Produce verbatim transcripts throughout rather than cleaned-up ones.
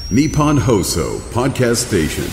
Nippon Hoso Podcast Station。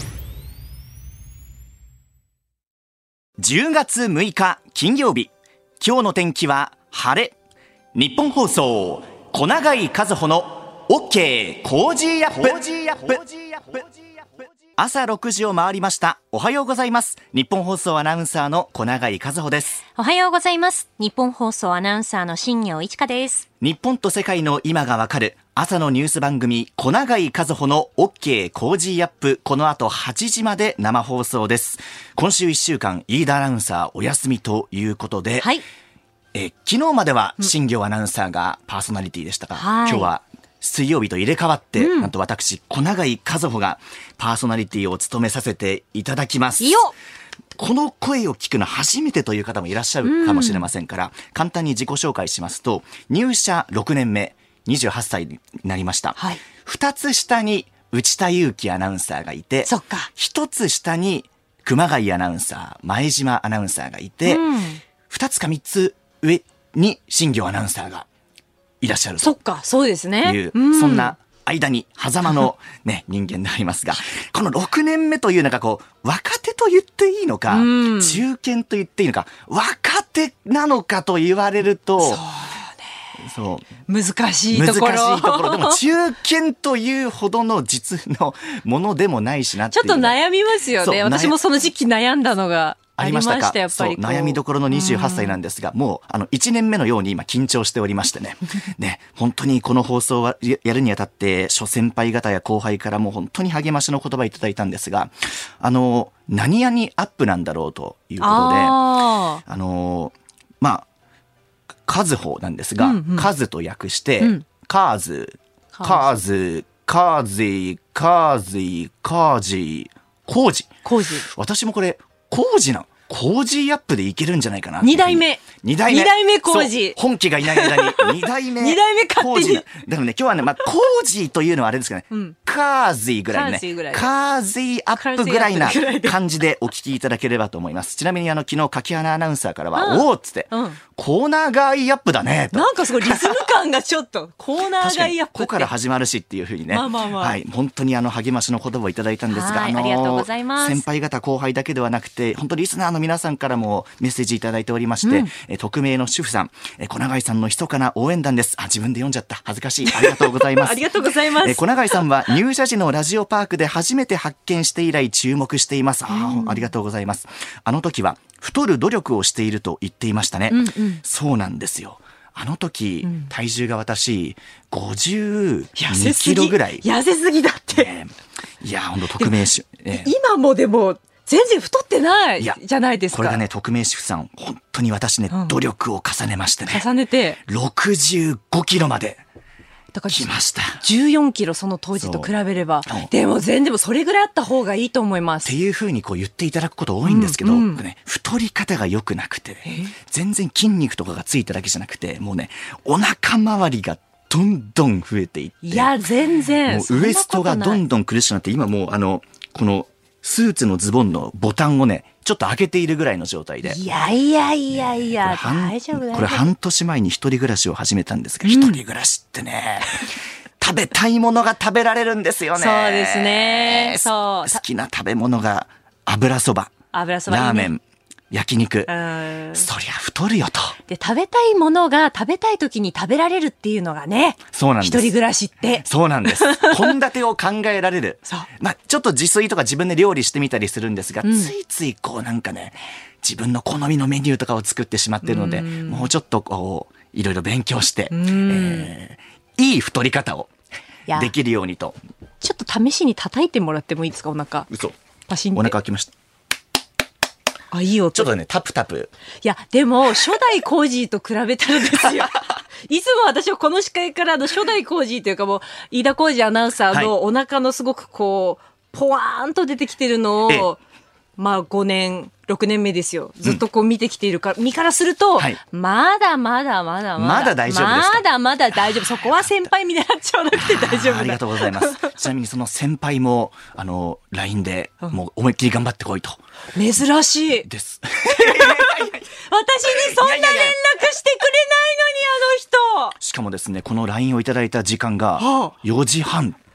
じゅうがつむいか金曜日、今日の天気は晴れ。日本放送小永井和穂の OK コージーアップ。朝ろくじを回りました。おはようございます。日本放送アナウンサーの小永井和穂です。 おはようございます。日本放送アナウンサーの新業一華です。 日本と世界の今がわかる朝のニュース番組小永井和穂の OK コージーアップ、この後はちじまで生放送です。今週いっしゅうかん飯田アナウンサーお休みということで、 はい、 え昨日までは新業アナウンサーがパーソナリティでしたが、 はい、 今日は水曜日と入れ替わって、 うん、 なんと私小永井和穂がパーソナリティを務めさせていただきます。 いいよ。 この声を聞くの初めてという方もいらっしゃるかもしれませんから、うん、簡単に自己紹介しますと、入社ろくねんめ、にじゅうはっさいになりました。はい、ふたつ下に内田裕樹アナウンサーがいて、 そっか、 ひとつ下に熊谷アナウンサー、前島アナウンサーがいて、うん、ふたつかみっつ上に新業アナウンサーがいらっしゃるという、 そっか、そうですね、 うん、そんな間に狭間の、ね、人間でありますが、このろくねんめというのがこう若手と言っていいのか、うん、中堅と言っていいのか、若手なのかと言われると、 そうそう難しいところ難しいところでも中堅というほどの実のものでもないしなっていう、 ちょっと悩みますよね。私もその時期悩んだのがありましたか。やっぱり悩みどころのにじゅうはっさいなんですが、うん、もうあのいちねんめのように今緊張しておりましてねね、本当にこの放送はやるにあたって諸先輩方や後輩からも本当に励ましの言葉いただいたんですが、あの何々アップなんだろうということで、ああのまあカズホなんですが、うんうん、カズと訳して、うん、カーズ、カーズ、カーズイ、カーズイ、カージー、コージ。 コージ。 私もこれ、コージなの。コージーアップでいけるんじゃないかな。 二代目。 二代目。 二代目コージ。 本家がいない間に、二代目。 二代目勝手に。 だからね、今日はね、まあ、コージーというのはあれですかね、うん、カーズイぐらいね。カーズイアップぐらいな感じでお聞きいただければと思います。ちなみにあの、昨日、柿花アナウンサーからは、うん、おーっつって、うん、コーナーガイアップだねと。 なんかすごいリズム感がちょっと、コーナーガイアップって。 ここから始まるしっていうふうにね。 まあまあまあ。 はい。本当にあの、励ましの言葉をいただいたんですが、 あのー、ありがとうございます。 先輩方後輩だけではなくて、本当リスナーの皆さんからもメッセージいただいておりまして、うん、え匿名の主婦さん、え小永井さんの密かな応援団です。あ、自分で読んじゃった。恥ずかしい。ありがとうございます。 ありがとうございます。 え小永井さんは入社時のラジオパークで初めて発見して以来注目しています。あ、うん、ありがとうございます。あの時は太る努力をしていると言っていましたね。うんうん、そうなんですよ。あの時、うん、体重が私ごじゅうにキロぐらい。 痩せすぎだって。 ね、いや本当匿名主、 えー、今もでも全然太ってないじゃないですか。 これがね、匿名主婦さん本当に私ね、うん、努力を重ねましてね、 重ねてろくじゅうごキロまでだから来ました。 じゅうよんキロ、その当時と比べれば、でも全然もそれぐらいあった方がいいと思いますっていうふうにこう言っていただくこと多いんですけど、うんうんね、太り方が良くなくて、ね、全然筋肉とかがついただけじゃなくて、もうね、お腹周りがどんどん増えていって、 いや全然もうウエストがどんどん苦しくなって、今もうあのこのスーツのズボンのボタンをねちょっと開けているぐらいの状態で、 いやいやいやいや、大丈夫大丈夫。 これ半年前に一人暮らしを始めたんですが、一、うん、人暮らしってね食べたいものが食べられるんですよね。 そうですね。そう好きな食べ物が油そば、 油そばいいね、 ラーメン、焼肉、そりゃ太るよと。 で食べたいものが食べたい時に食べられるっていうのがね、 そうなんです。 一人暮らしってそうなんです。献立を考えられる。そう、まあ、ちょっと自炊とか自分で料理してみたりするんですが、うん、ついついこうなんかね、自分の好みのメニューとかを作ってしまっているので、うん、もうちょっとこういろいろ勉強して、うん、えー、いい太り方をできるようにと。 ちょっと試しに叩いてもらってもいいですか、お腹。 嘘。 パシンって。 お腹開きました。 あ、いいよ。 ちょっとね、タプタプ。 いや、でも、初代コージーと比べたらですよ。いつも私はこの司会からの初代コージーというかもう、飯田浩二アナウンサーのお腹のすごくこう、ポワーンと出てきてるのを、まあごねん、ろくねんめですよ。ずっとこう見てきているから、うん、身からすると、はい、まだまだまだまだ。 まだ大丈夫ですか？ まだまだ大丈夫。そこは先輩見習っちゃわなくて大丈夫だ。 ありがとうございます。ちなみにその先輩も、あの、ライン で、もう思いっきり頑張ってこいと。 珍しい。 です。 私にそんな連絡してくれないのに、あの人。 しかもですね、この ライン をいただいた時間がよじはん。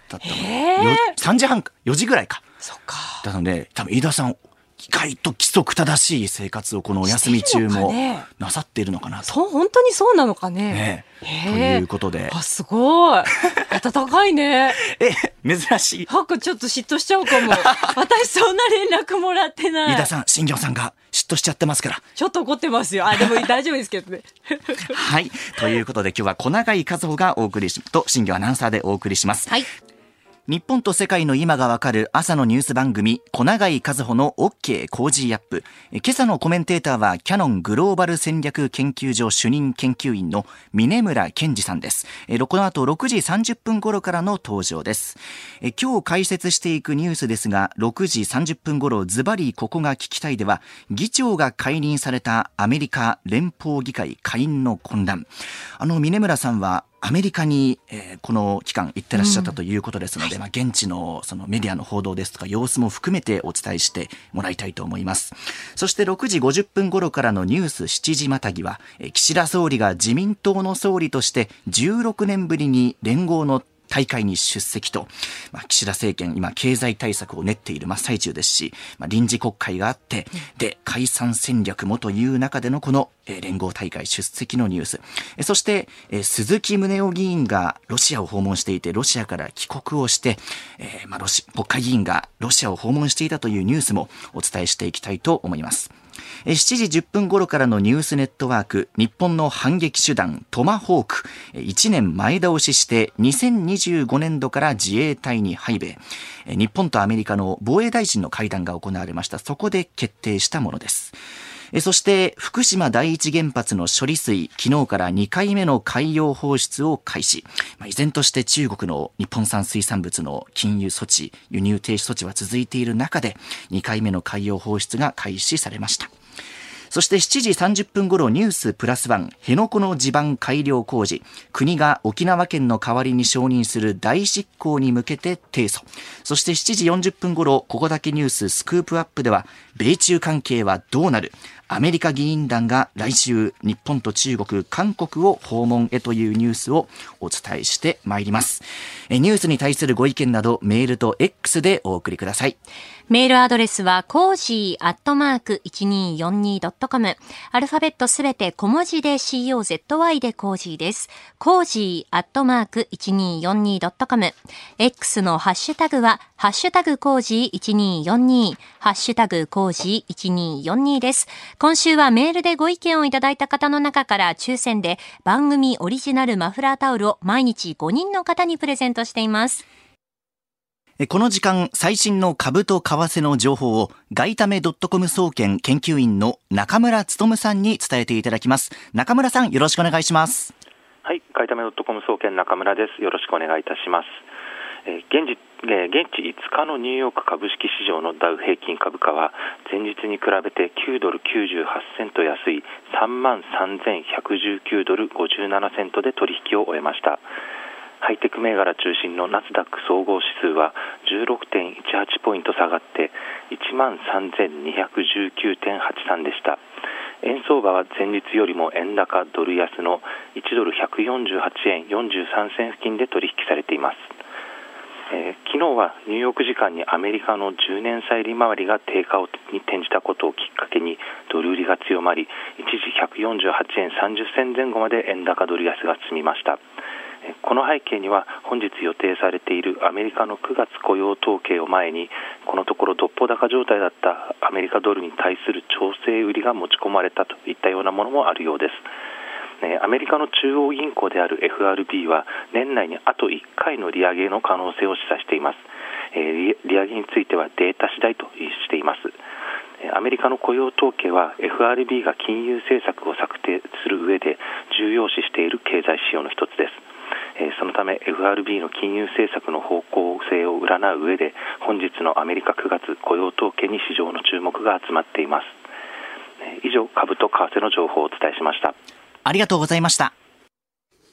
だったの。 へーよさんじはんかよじぐらいか。 そっか。 なので多分飯田さん意外と規則正しい生活をこのお休み中もなさっているのかなと。 そう、本当にそうなのかね。 ねへーということで。 あ、すごい。暖かいね。 え、珍しい。 なんかちょっと嫉妬しちゃうかも。私そんな連絡もらってない。 飯田さん、新業さんが嫉妬しちゃってますから。 ちょっと怒ってますよ。あ、でも大丈夫ですけどね。 はい。ということで今日は小永井和穂がお送りし、と新業アナウンサーでお送りします。 はい。 日本と世界の今がわかる朝のニュース番組小永井和穂の OK コージーアップ。今朝のコメンテーターはキヤノングローバル戦略研究所主任研究員の峯村健二さんです。この後ろくじさんじゅっぷん頃からの登場です。今日解説していくニュースですが、ろくじさんじゅっぷん頃ズバリここが聞きたいでは、議長が解任されたアメリカ連邦議会下院の混乱。あの峯村さんはアメリカに、えー、この期間行ってらっしゃったということですので、うんはい、まあ、現地のそのメディアの報道ですとか様子も含めてお伝えしてもらいたいと思います。そしてろくじごじゅっぷん頃からのニュースしちじまたぎは、えー、岸田総理が自民党の総理としてじゅうろくねんぶりに連合の大会に出席と、まあ、岸田政権今経済対策を練っている真っ最中ですし、まあ、臨時国会があってで解散戦略もという中でのこの、えー、連合大会出席のニュース、えー、そして、えー、鈴木宗男議員がロシアを訪問していてロシアから帰国をして、えーまあ、ロシ国会議員がロシアを訪問していたというニュースもお伝えしていきたいと思います。しちじじゅっぷん頃からのニュースネットワーク、日本の反撃手段トマホーク、いちねんまえ倒ししてにせんにじゅうごねんどから自衛隊に配備。日本とアメリカの防衛大臣の会談が行われました。そこで決定したものです。そして福島第一原発の処理水、昨日からにかいめの海洋放出を開始。まあ、依然として中国の日本産水産物の禁輸措置、輸入停止措置は続いている中でにかいめの海洋放出が開始されました。そしてしちじさんじゅっぷん頃ニュースプラスワン、辺野古の地盤改良工事、国が沖縄県の代わりに承認する代執行に向けて提訴。そしてしちじよんじゅっぷん頃、ここだけニューススクープアップでは、米中関係はどうなる？アメリカ議員団が来週日本と中国、韓国を訪問へというニュースをお伝えしてまいります。ニュースに対するご意見などメールと X でお送りください。 メールアドレスはコージーアットマーク いちにーよんにードットコム。アルファベットすべて小文字で コー でコージーです。コージーアットマーク いちにーよんにードットコム。X のハッシュタグはハッシュタグコージーいちにーよんにー、ハッシュタグコージーいちにーよんにーです。今週はメールでご意見をいただいた方の中から抽選で番組オリジナルマフラータオルを毎日ごにんの方にプレゼントしています。 この時間、最新の株と為替の情報を外為 .com 総研研究員の中村努さんに伝えていただきます。中村さん、よろしくお願いします。 はい、外為 .com 総研中村です。よろしくお願いいたします。えー、現時えー、現地いつかのニューヨーク株式市場のダウ平均株価は前日に比べてきゅうドルきゅうじゅうはちセント安い さんまんさんぜんひゃくじゅうきゅうドルごじゅうななセントで取引を終えました。ハイテク銘柄中心のナスダック総合指数は じゅうろくてんいちはち ポイント下がって いちまんさんぜんにひゃくじゅうきゅうてんはちさん でした。円相場は前日よりも円高ドル安のいちドルひゃくよんじゅうはちえんよんじゅうさんせん付近で取引されています。えー、昨日はニューヨーク時間にアメリカのじゅうねん債利回りが低下に転じたことをきっかけにドル売りが強まり、一時ひゃくよんじゅうはちえんさんじゅっせん前後まで円高ドル安が進みました。この背景には本日予定されているアメリカのくがつ雇用統計を前にこのところどっぽ高状態だったアメリカドルに対する調整売りが持ち込まれたといったようなものもあるようです。アメリカの中央銀行である エフアールビー は年内にあといっかいの利上げの可能性を示唆しています。利上げについてはデータ次第としています。アメリカの雇用統計は エフアールビー が金融政策を策定する上で重要視している経済指標の一つです。そのため エフアールビー の金融政策の方向性を占う上で本日のアメリカくがつ雇用統計に市場の注目が集まっています。以上、株と為替の情報をお伝えしました。 ありがとうございました。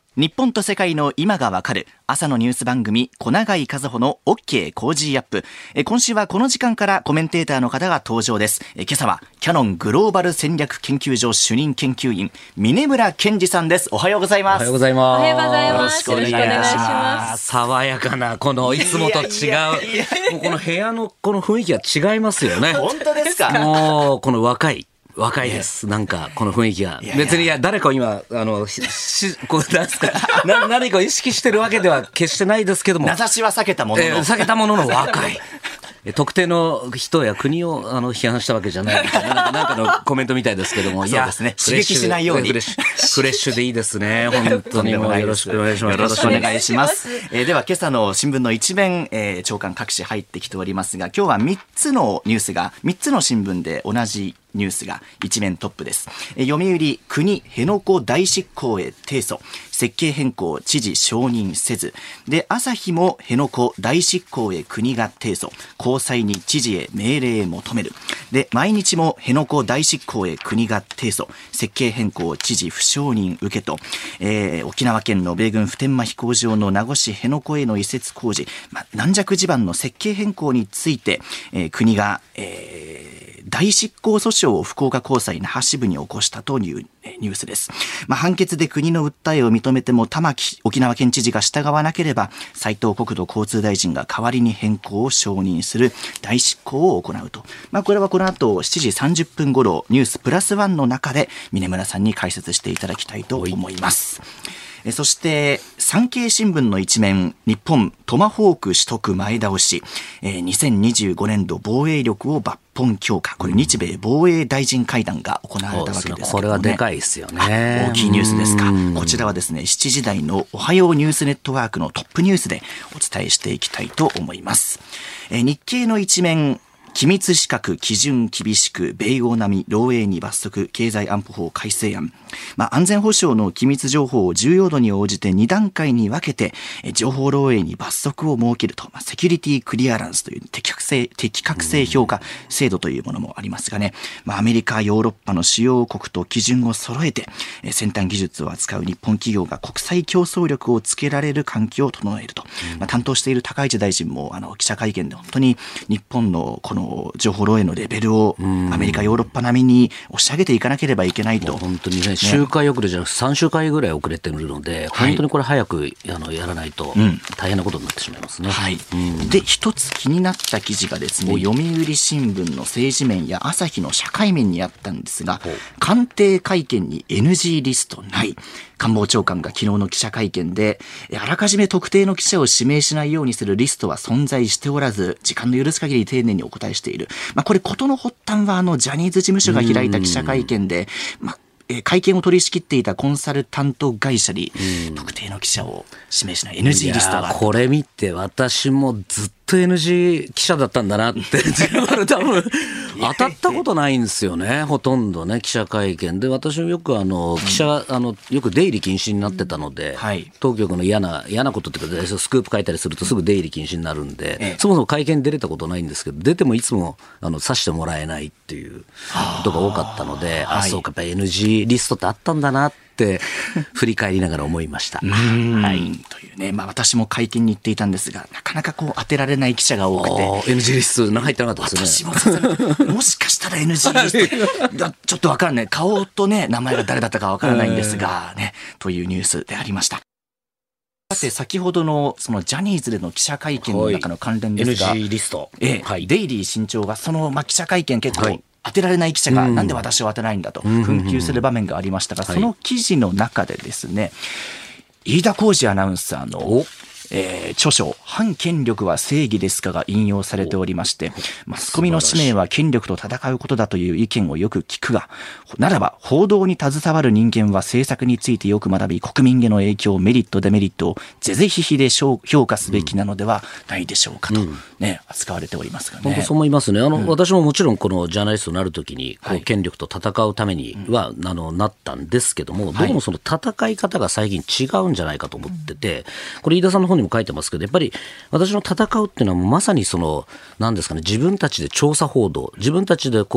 日本と世界の今がわかる朝のニュース番組小永井和穂の OK コージーアップ。え今週はこの時間からコメンテーターの方が登場です。え今朝はキヤノングローバル戦略研究所主任研究員峯村健二さんです。おはようございます。 おはようございます。 おはようございます。 よろしくお願いします。 爽やかなこのいつもと違うもうこの部屋のこの雰囲気が違いますよね。 本当ですか。 もうこの若い若いです。なんかこの雰囲気が別にいや誰かを今あのしこうなんですかな何かを意識してるわけでは決してないですけども、 名指しは避けたものの、 えー、避けたものの若い特定の人や国をあの批判したわけじゃないみたいな、なんか、なんかのコメントみたいですけども、 いやそうですね、刺激しないようにフレッシュ、フレッシュでいいですね。本当にもうよろしくお願いします。 よろしくお願いします。えー、では今朝の新聞の一面、えー、朝刊各紙入ってきておりますが、今日はみっつのニュースがみっつの新聞で同じニュースが一面トップです。え読売、国辺野古大執行へ提訴、設計変更知事承認せず。で、朝日も辺野古大執行へ国が提訴、高裁に知事へ命令求める。で、毎日も辺野古大執行へ国が提訴、設計変更知事不承認受けと、えー、沖縄県の米軍普天間飛行場の名護市辺野古への移設工事、ま、軟弱地盤の設計変更について、えー、国が、えー大執行訴訟を福岡高裁那覇支部に起こしたというニュースです。まあ、判決で国の訴えを認めても玉城沖縄県知事が従わなければ斉藤国土交通大臣が代わりに変更を承認する大執行を行うと。まあ、これはこの後しちじさんじゅっぷん頃ニュースプラスワンの中で峯村さんに解説していただきたいと思います。そして産経新聞の一面、日本トマホーク取得前倒し、にせんにじゅうごねん度防衛力を抜本強化、これ日米防衛大臣会談が行われたわけですけどね。 これはでかいですよね。 大きいニュースですか。こちらはですね、しちじ台のおはようニュースネットワークのトップニュースでお伝えしていきたいと思います。日経の一面、機密資格基準厳しく米欧並み漏洩に罰則経済安保法改正案。まあ、安全保障の機密情報を重要度に応じてに段階に分けて情報漏洩に罰則を設けると、まあ、セキュリティクリアランスという適格性適格性評価制度というものもありますがね、まあ、アメリカヨーロッパの主要国と基準を揃えて先端技術を扱う日本企業が国際競争力をつけられる環境を整えると、まあ、担当している高市大臣もあの記者会見で本当に日本のこの情報漏洩のレベルをアメリカヨーロッパ並みに押し上げていかなければいけないと。 本当にね、周回遅れじゃなくてさん週間ぐらい遅れてるので、はい、本当にこれ早くあのやらないと大変なことになってしまいますね。 はい、うん、で一つ気になった記事がですね、読売新聞の政治面や朝日の社会面にあったんですが、官邸会見に エヌジー リストない。官房長官が昨日の記者会見で、あらかじめ特定の記者を指名しないようにするリストは存在しておらず、時間の許す限り丁寧にお答えしている。まあ、これ事の発端はあのジャニーズ事務所が開いた記者会見で、まあ会見を取り仕切っていたコンサルタント会社に特定の記者を指名しない エヌジー リストがある。 これ見て私もずっと エヌジー 記者だったんだなって多分当たったことないんですよね、ほとんどね。記者会見で私もよくあの記者あのよく出入り禁止になってたので、はい、当局の嫌な嫌なことっていうかスクープ書いたりするとすぐ出入り禁止になるんで、ええ、そもそも会見に出れたことないんですけど、出てもいつもあのさしてもらえないっていうことが多かったので、あ、はい、そうかやっぱ エヌジー リストってあったんだなって振り返りながら思いました。 はい、というね、まあ、私も会見に行っていたんですが、なかなかこう当てられない記者が多くて、 エヌジー リスト入ってなかったですね。 私ももしかしたら エヌジー リストちょっとわからない、顔とね名前が誰だったかわからないんですがね、というニュースでありました。さて先ほどのそのジャニーズでの記者会見の中の関連ですが、 はい、エヌジー リスト、 ええ、はい、デイリー新潮がその、まあ、記者会見結構、はい、当てられない記者がなんで私を当てないんだと紛糾する場面がありましたが、その記事の中でですね、飯田浩司アナウンサーのえー、著書反権力は正義ですかが引用されておりまして、マスコミの使命は権力と戦うことだという意見をよく聞くが、ならば報道に携わる人間は政策についてよく学び、国民への影響、メリットデメリットを是々非々で評価すべきなのではないでしょうかと、ね、扱われておりますがね。 本当そう思いますね。あの、うん、私ももちろんこのジャーナリストになるときにこう権力と戦うためには、はい、あのなったんですけども、どうもその戦い方が最近違うんじゃないかと思ってて、これ飯田さんの本にも書いてますけど、やっぱり私の戦うっていうのはまさにその何ですかね、自分たちで調査報道、自分たちでこう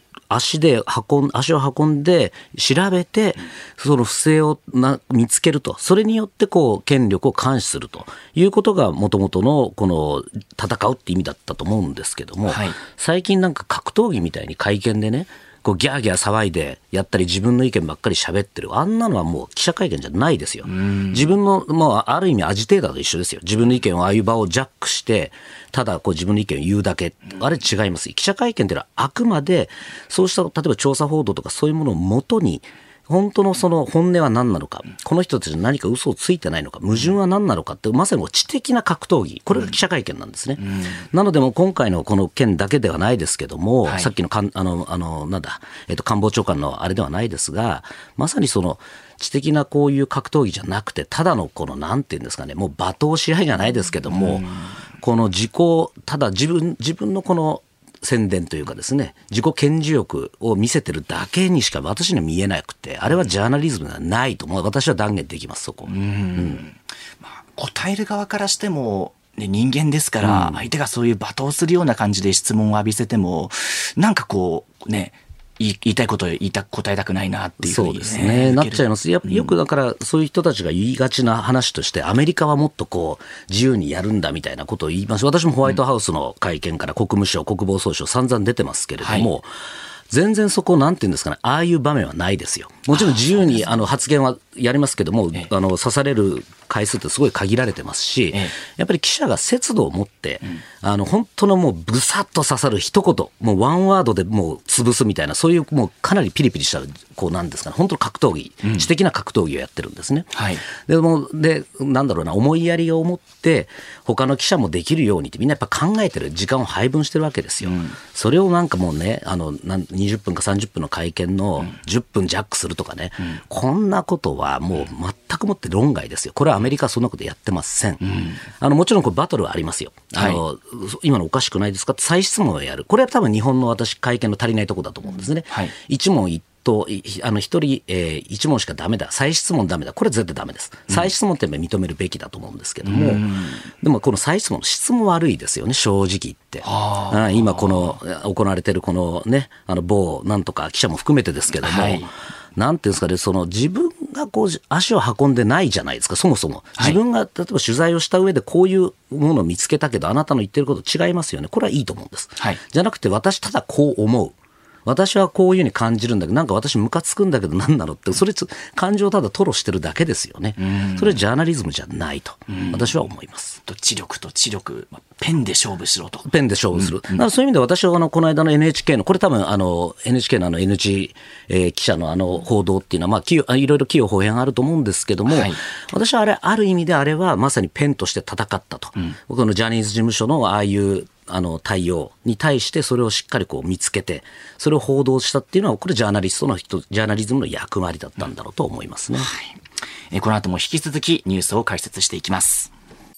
足で運ん足を運んで調べてその不正をな見つけると、それによってこう権力を監視するということがもともとのこの戦うって意味だったと思うんですけども、はい、最近なんか格闘技みたいに会見でねこうギャーギャー騒いでやったり自分の意見ばっかり喋ってる、あんなのはもう記者会見じゃないですよ。自分の、まあ、ある意味アジテーターと一緒ですよ。自分の意見をああいう場をジャックしてただこう自分の意見を言うだけ、あれ違います。記者会見ってのはあくまでそうした例えば調査報道とかそういうものをもとに本当のその本音は何なのか、この人たちに何か嘘をついてないのか、矛盾は何なのかって、まさに知的な格闘技、これが記者会見なんですね。うん、なのでもう今回のこの件だけではないですけども、はい、さっきのかんあのあのなんだ、えっと、官房長官のあれではないですが、まさにその知的なこういう格闘技じゃなくて、ただのこのなんていうんですかね、もう罵倒し合いじゃないですけども、うん、この自己ただ自分自分のこの宣伝というかですね、自己顕示欲を見せてるだけにしか私には見えなくて、あれはジャーナリズムではないと、私は断言できます、そこ。うん、うんまあ、答える側からしても、ね、人間ですから、相手がそういう罵倒するような感じで質問を浴びせても、なんかこうね、言いたいことを言いた答えたくないなっていうふうに、ね、 そうですね、なっちゃいます。やよくだからそういう人たちが言いがちな話として、アメリカはもっとこう自由にやるんだみたいなことを言います。私もホワイトハウスの会見から国務省、国防総省散々出てますけれども、はい、全然そこなんていうんですかね、ああいう場面はないですよ。もちろん自由にあの発言はやりますけども、ええ、あの刺される回数ってすごい限られてますし、ええ、やっぱり記者が節度を持って、うん、あの本当のもうブサッと刺さる一言、もうワンワードでもう潰すみたいな、そういうもうかなりピリピリしたこうなんですかね、本当の格闘技、うん、知的な格闘技をやってるんですね。はい、でもでなんだろうな、思いやりを持って他の記者もできるようにってみんなやっぱ考えてる、時間を配分してるわけですよ。うん、それをなんかもうね、あのなんにじゅっぷんかさんじゅっぷんの会見のじゅっぷんジャックするとかね、うん、こんなことはもう全くもって論外ですよ。これはアメリカはそんなことやってません。うん、あのもちろんこれバトルはありますよ。あの、はい、今のおかしくないですかって再質問をやる。これは多分日本の私会見の足りないところだと思うんですね。はい、一問一答、あの一人、えー、一問しかダメだ、再質問ダメだ、これは絶対ダメです。再質問って認めるべきだと思うんですけども、うん、でもこの再質問の質も悪いですよね、正直言って。あ今この行われているこのね、あの某なんとか記者も含めてですけども、はい、なんていうんですかね、その自分がこう足を運んでないじゃないですか、そもそも。自分が例えば取材をした上でこういうものを見つけたけど、あなたの言ってること違いますよね。これはいいと思うんです。はい、じゃなくて、私ただこう思う。私はこういうふうに感じるんだけど、なんか私ムカつくんだけど何なのって、それ感情をただ吐露してるだけですよね。それはジャーナリズムじゃないと私は思います。 知力と知力、ペンで勝負しろと。 ペンで勝負する。うんうん、だからそういう意味で私はあのこの間の エヌエイチケー のこれ多分あの エヌエイチケー のあの エヌジー、えー、記者のあの報道っていうのはまあいろいろ起用法変あると思うんですけども、はい、私はあれある意味であれはまさにペンとして戦ったと。うん、僕のジャニーズ事務所のああいうあの対応に対してそれをしっかりこう見つけてそれを報道したっていうのはこれジャーナリストの人ジャーナリズムの役割だったんだろうと思いますね。はい、 えこの後も引き続きニュースを解説していきます。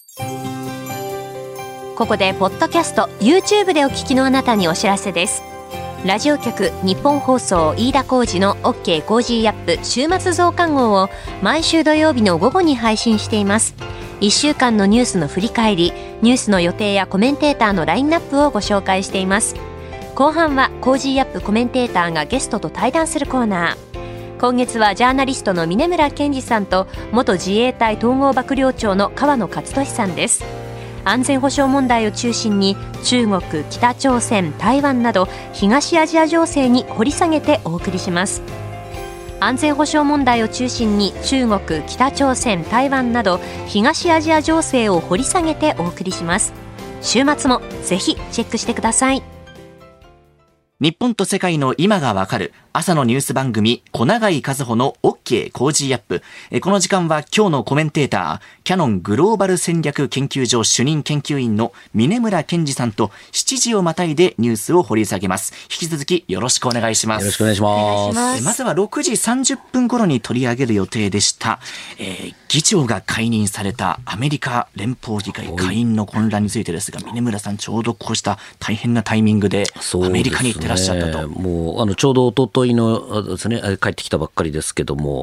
ここでポッドキャスト YouTube でお聞きのあなたにお知らせです。ラジオ局日本放送飯田浩司の OK コージーアップ週末増刊号を毎週土曜日の午後に配信しています。いっしゅうかんのニュースの振り返り、ニュースの予定やコメンテーターのラインナップをご紹介しています。後半はコージーアップコメンテーターがゲストと対談するコーナー。今月はジャーナリストの峯村健二さんと元自衛隊統合幕僚長の河野克俊さんです。安全保障問題を中心に中国、北朝鮮、台湾など東アジア情勢に掘り下げてお送りします。安全保障問題を中心に中国、北朝鮮、台湾など東アジア情勢を掘り下げてお送りします。週末もぜひチェックしてください。 日本と世界の今がわかる朝のニュース番組小永井和穂の OK コージーアップ。この時間は今日のコメンテーター、キヤノングローバル戦略研究所主任研究員の峯村健二さんとしちじをまたいでニュースを掘り下げます。引き続きよろしくお願いします。 よろしくお願いします。 まずはろくじさんじゅっぷん頃に取り上げる予定でした、えー、議長が解任されたアメリカ連邦議会下院の混乱についてですが、峯村さんちょうどこうした大変なタイミングでアメリカに行ってらっしゃったと。 もうあのちょうど一昨日のですね、帰ってきたばっかりですけども、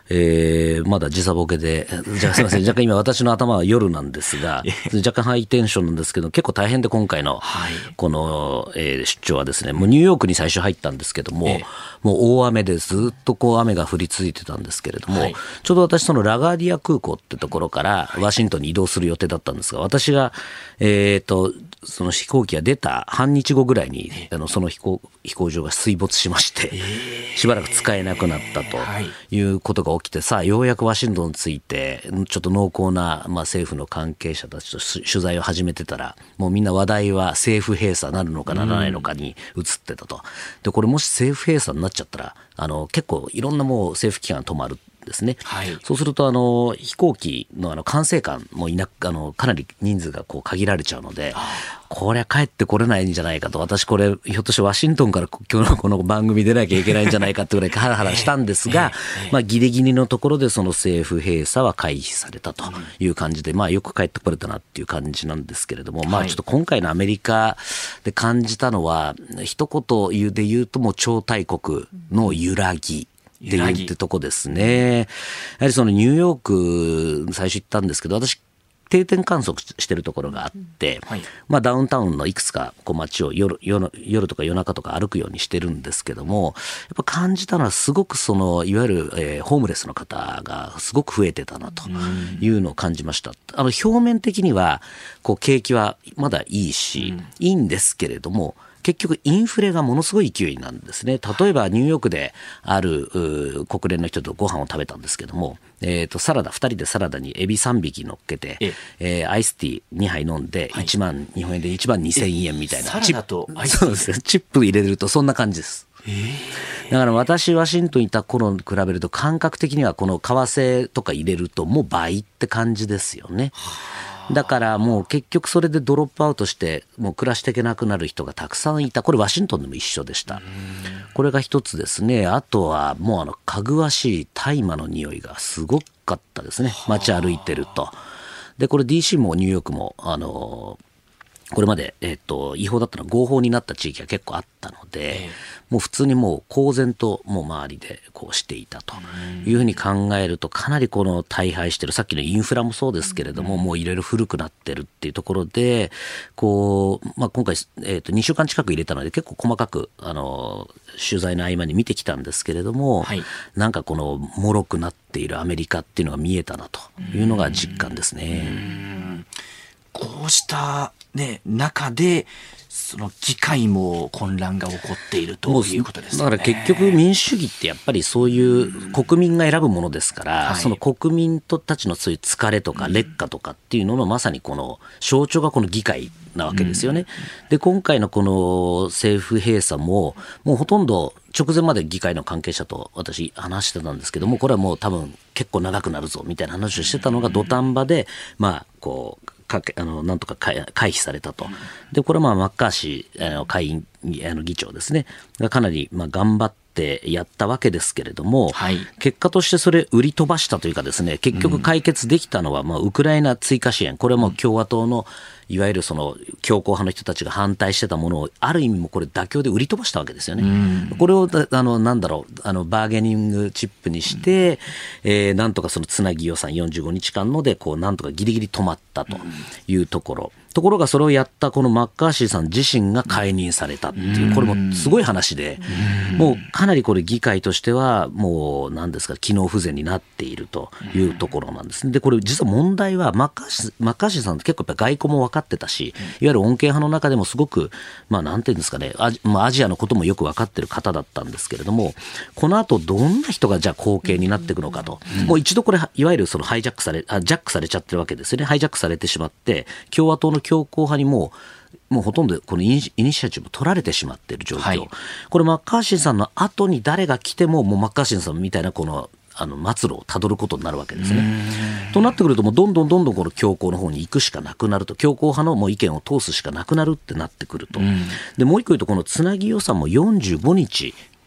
えー、まだ時差ボケで、じゃあすみません、若干今私の頭は夜なんですが、若干ハイテンションなんですけど、結構大変で今回のこの、えー、出張はですね、もうニューヨークに最初入ったんですけども、ええ、もう大雨でずっとこう雨が降り続いてたんですけれども、はい、ちょうど私そのラガーディア空港ってところからワシントンに移動する予定だったんですが、私が、えーと、その飛行機が出た半日後ぐらいに、あのその飛行、飛行場が水没しまして、しばらく使えなくなったということが起きて、さあようやくワシントンについてちょっと濃厚な、まあ、政府の関係者たちと取材を始めてたら、もうみんな話題は政府閉鎖なるのかならないのかに移ってたと。でこれもし政府閉鎖になっちゃったら、あの結構いろんなもう政府機関止まるですね。はい、そうするとあの飛行機のあの管制官もいなあのかなり人数がこう限られちゃうので、これは帰ってこれないんじゃないかと、私これひょっとしてワシントンから今日のこの番組出なきゃいけないんじゃないかってぐらいハラハラしたんですが、まあギリギリのところでその政府閉鎖は回避されたという感じで、まあよく帰ってこれたなっていう感じなんですけれども、まあちょっと今回のアメリカで感じたのは一言で言うともう超大国の揺らぎっていうってとこですね。やはりそのニューヨーク最初行ったんですけど、私定点観測してるところがあって、はい、まあダウンタウンのいくつかこう街を 夜, 夜, 夜とか夜中とか歩くようにしてるんですけども、やっぱ感じたのはすごくそのいわゆる、えー、ホームレスの方がすごく増えてたなというのを感じました。あの表面的にはこう景気はまだいいし、うん、いいんですけれども、結局インフレがものすごい勢いなんですね。例えばニューヨークである国連の人とご飯を食べたんですけども、えー、とサラダふたりでサラダにエビさんびき乗っけて、ええー、アイスティーにはい飲んでいちまん、はい、日本円でいちまんにせんえんみたいな。 サラダとアイスティー、 そうですね、チップ入れるとそんな感じです。だから私ワシントンにいた頃に比べると感覚的にはこの為替とか入れるともう倍って感じですよね。だからもう結局それでドロップアウトしてもう暮らしていけなくなる人がたくさんいた。これワシントンでも一緒でした。これが一つですね。あとはもうあのかぐわしい大麻の匂いがすごかったですね。街歩いてると。でこれ ディーシー もニューヨークもあのこれまで、えっと、違法だったのが合法になった地域が結構あったので、えー、もう普通にもう公然ともう周りでこうしていたというふうに考えると、かなりこの大敗してる、さっきのインフラもそうですけれども、もういろいろ古くなってるっていうところで、こう、まあ、今回、えっと、にしゅうかん近く入れたので結構細かく、あの、取材の合間に見てきたんですけれども、はい、なんかこの脆くなっているアメリカっていうのが見えたなというのが実感ですね。 うん、こうしたね、中でその議会も混乱が起こっているということですね。 だから結局民主主義ってやっぱりそういう国民が選ぶものですから、はい、その国民たちのそういう疲れとか劣化とかっていうののまさにこの象徴がこの議会なわけですよね。で今回のこの政府閉鎖ももうほとんど直前まで議会の関係者と私話してたんですけども、これはもう多分結構長くなるぞみたいな話をしてたのが土壇場でまあこうかけあのなんとか回避されたと。でこれはまあマッカーシーあの下院あの議長ですねがかなりまあ頑張ってやったわけですけれども、はい、結果としてそれ売り飛ばしたというかですね、結局解決できたのはまあウクライナ追加支援、これはもう共和党のいわゆるその強硬派の人たちが反対してたものをある意味もこれ妥協で売り飛ばしたわけですよね。うん、これをあのなんだろうあのバーゲニングチップにして、うんえー、なんとかそのつなぎ予算よんじゅうごにちかんのでこうなんとかギリギリ止まったというところ。ところがそれをやったこのマッカーシーさん自身が解任されたっていう、これもすごい話で、もうかなりこれ議会としてはもう何ですか機能不全になっているというところなんですね。でこれ実は問題はマッカーシー、マッカーシーさんって結構やっぱ外交も分かってたし、いわゆる穏健派の中でもすごくまあなんていうんですかね、アジ、まあ、アジアのこともよく分かってる方だったんですけれども、この後どんな人がじゃあ後継になっていくのかと、もう一度これいわゆるそのハイジャックされあジャックされちゃってるわけですよね。ハイジャックされてしまって共和党の強硬派にもうもうほとんどこのイニシアチブ取られてしまっている状況、はい、これマッカーシーさんの後に誰が来てももうマッカーシーさんみたいなこのあの末路をたどることになるわけですね。となってくるともうどんどんどんどんこの強硬の方に行くしかなくなると、強硬派のもう意見を通すしかなくなるってなってくると。でもう一個言うとこのつなぎ予算もよんじゅうごにち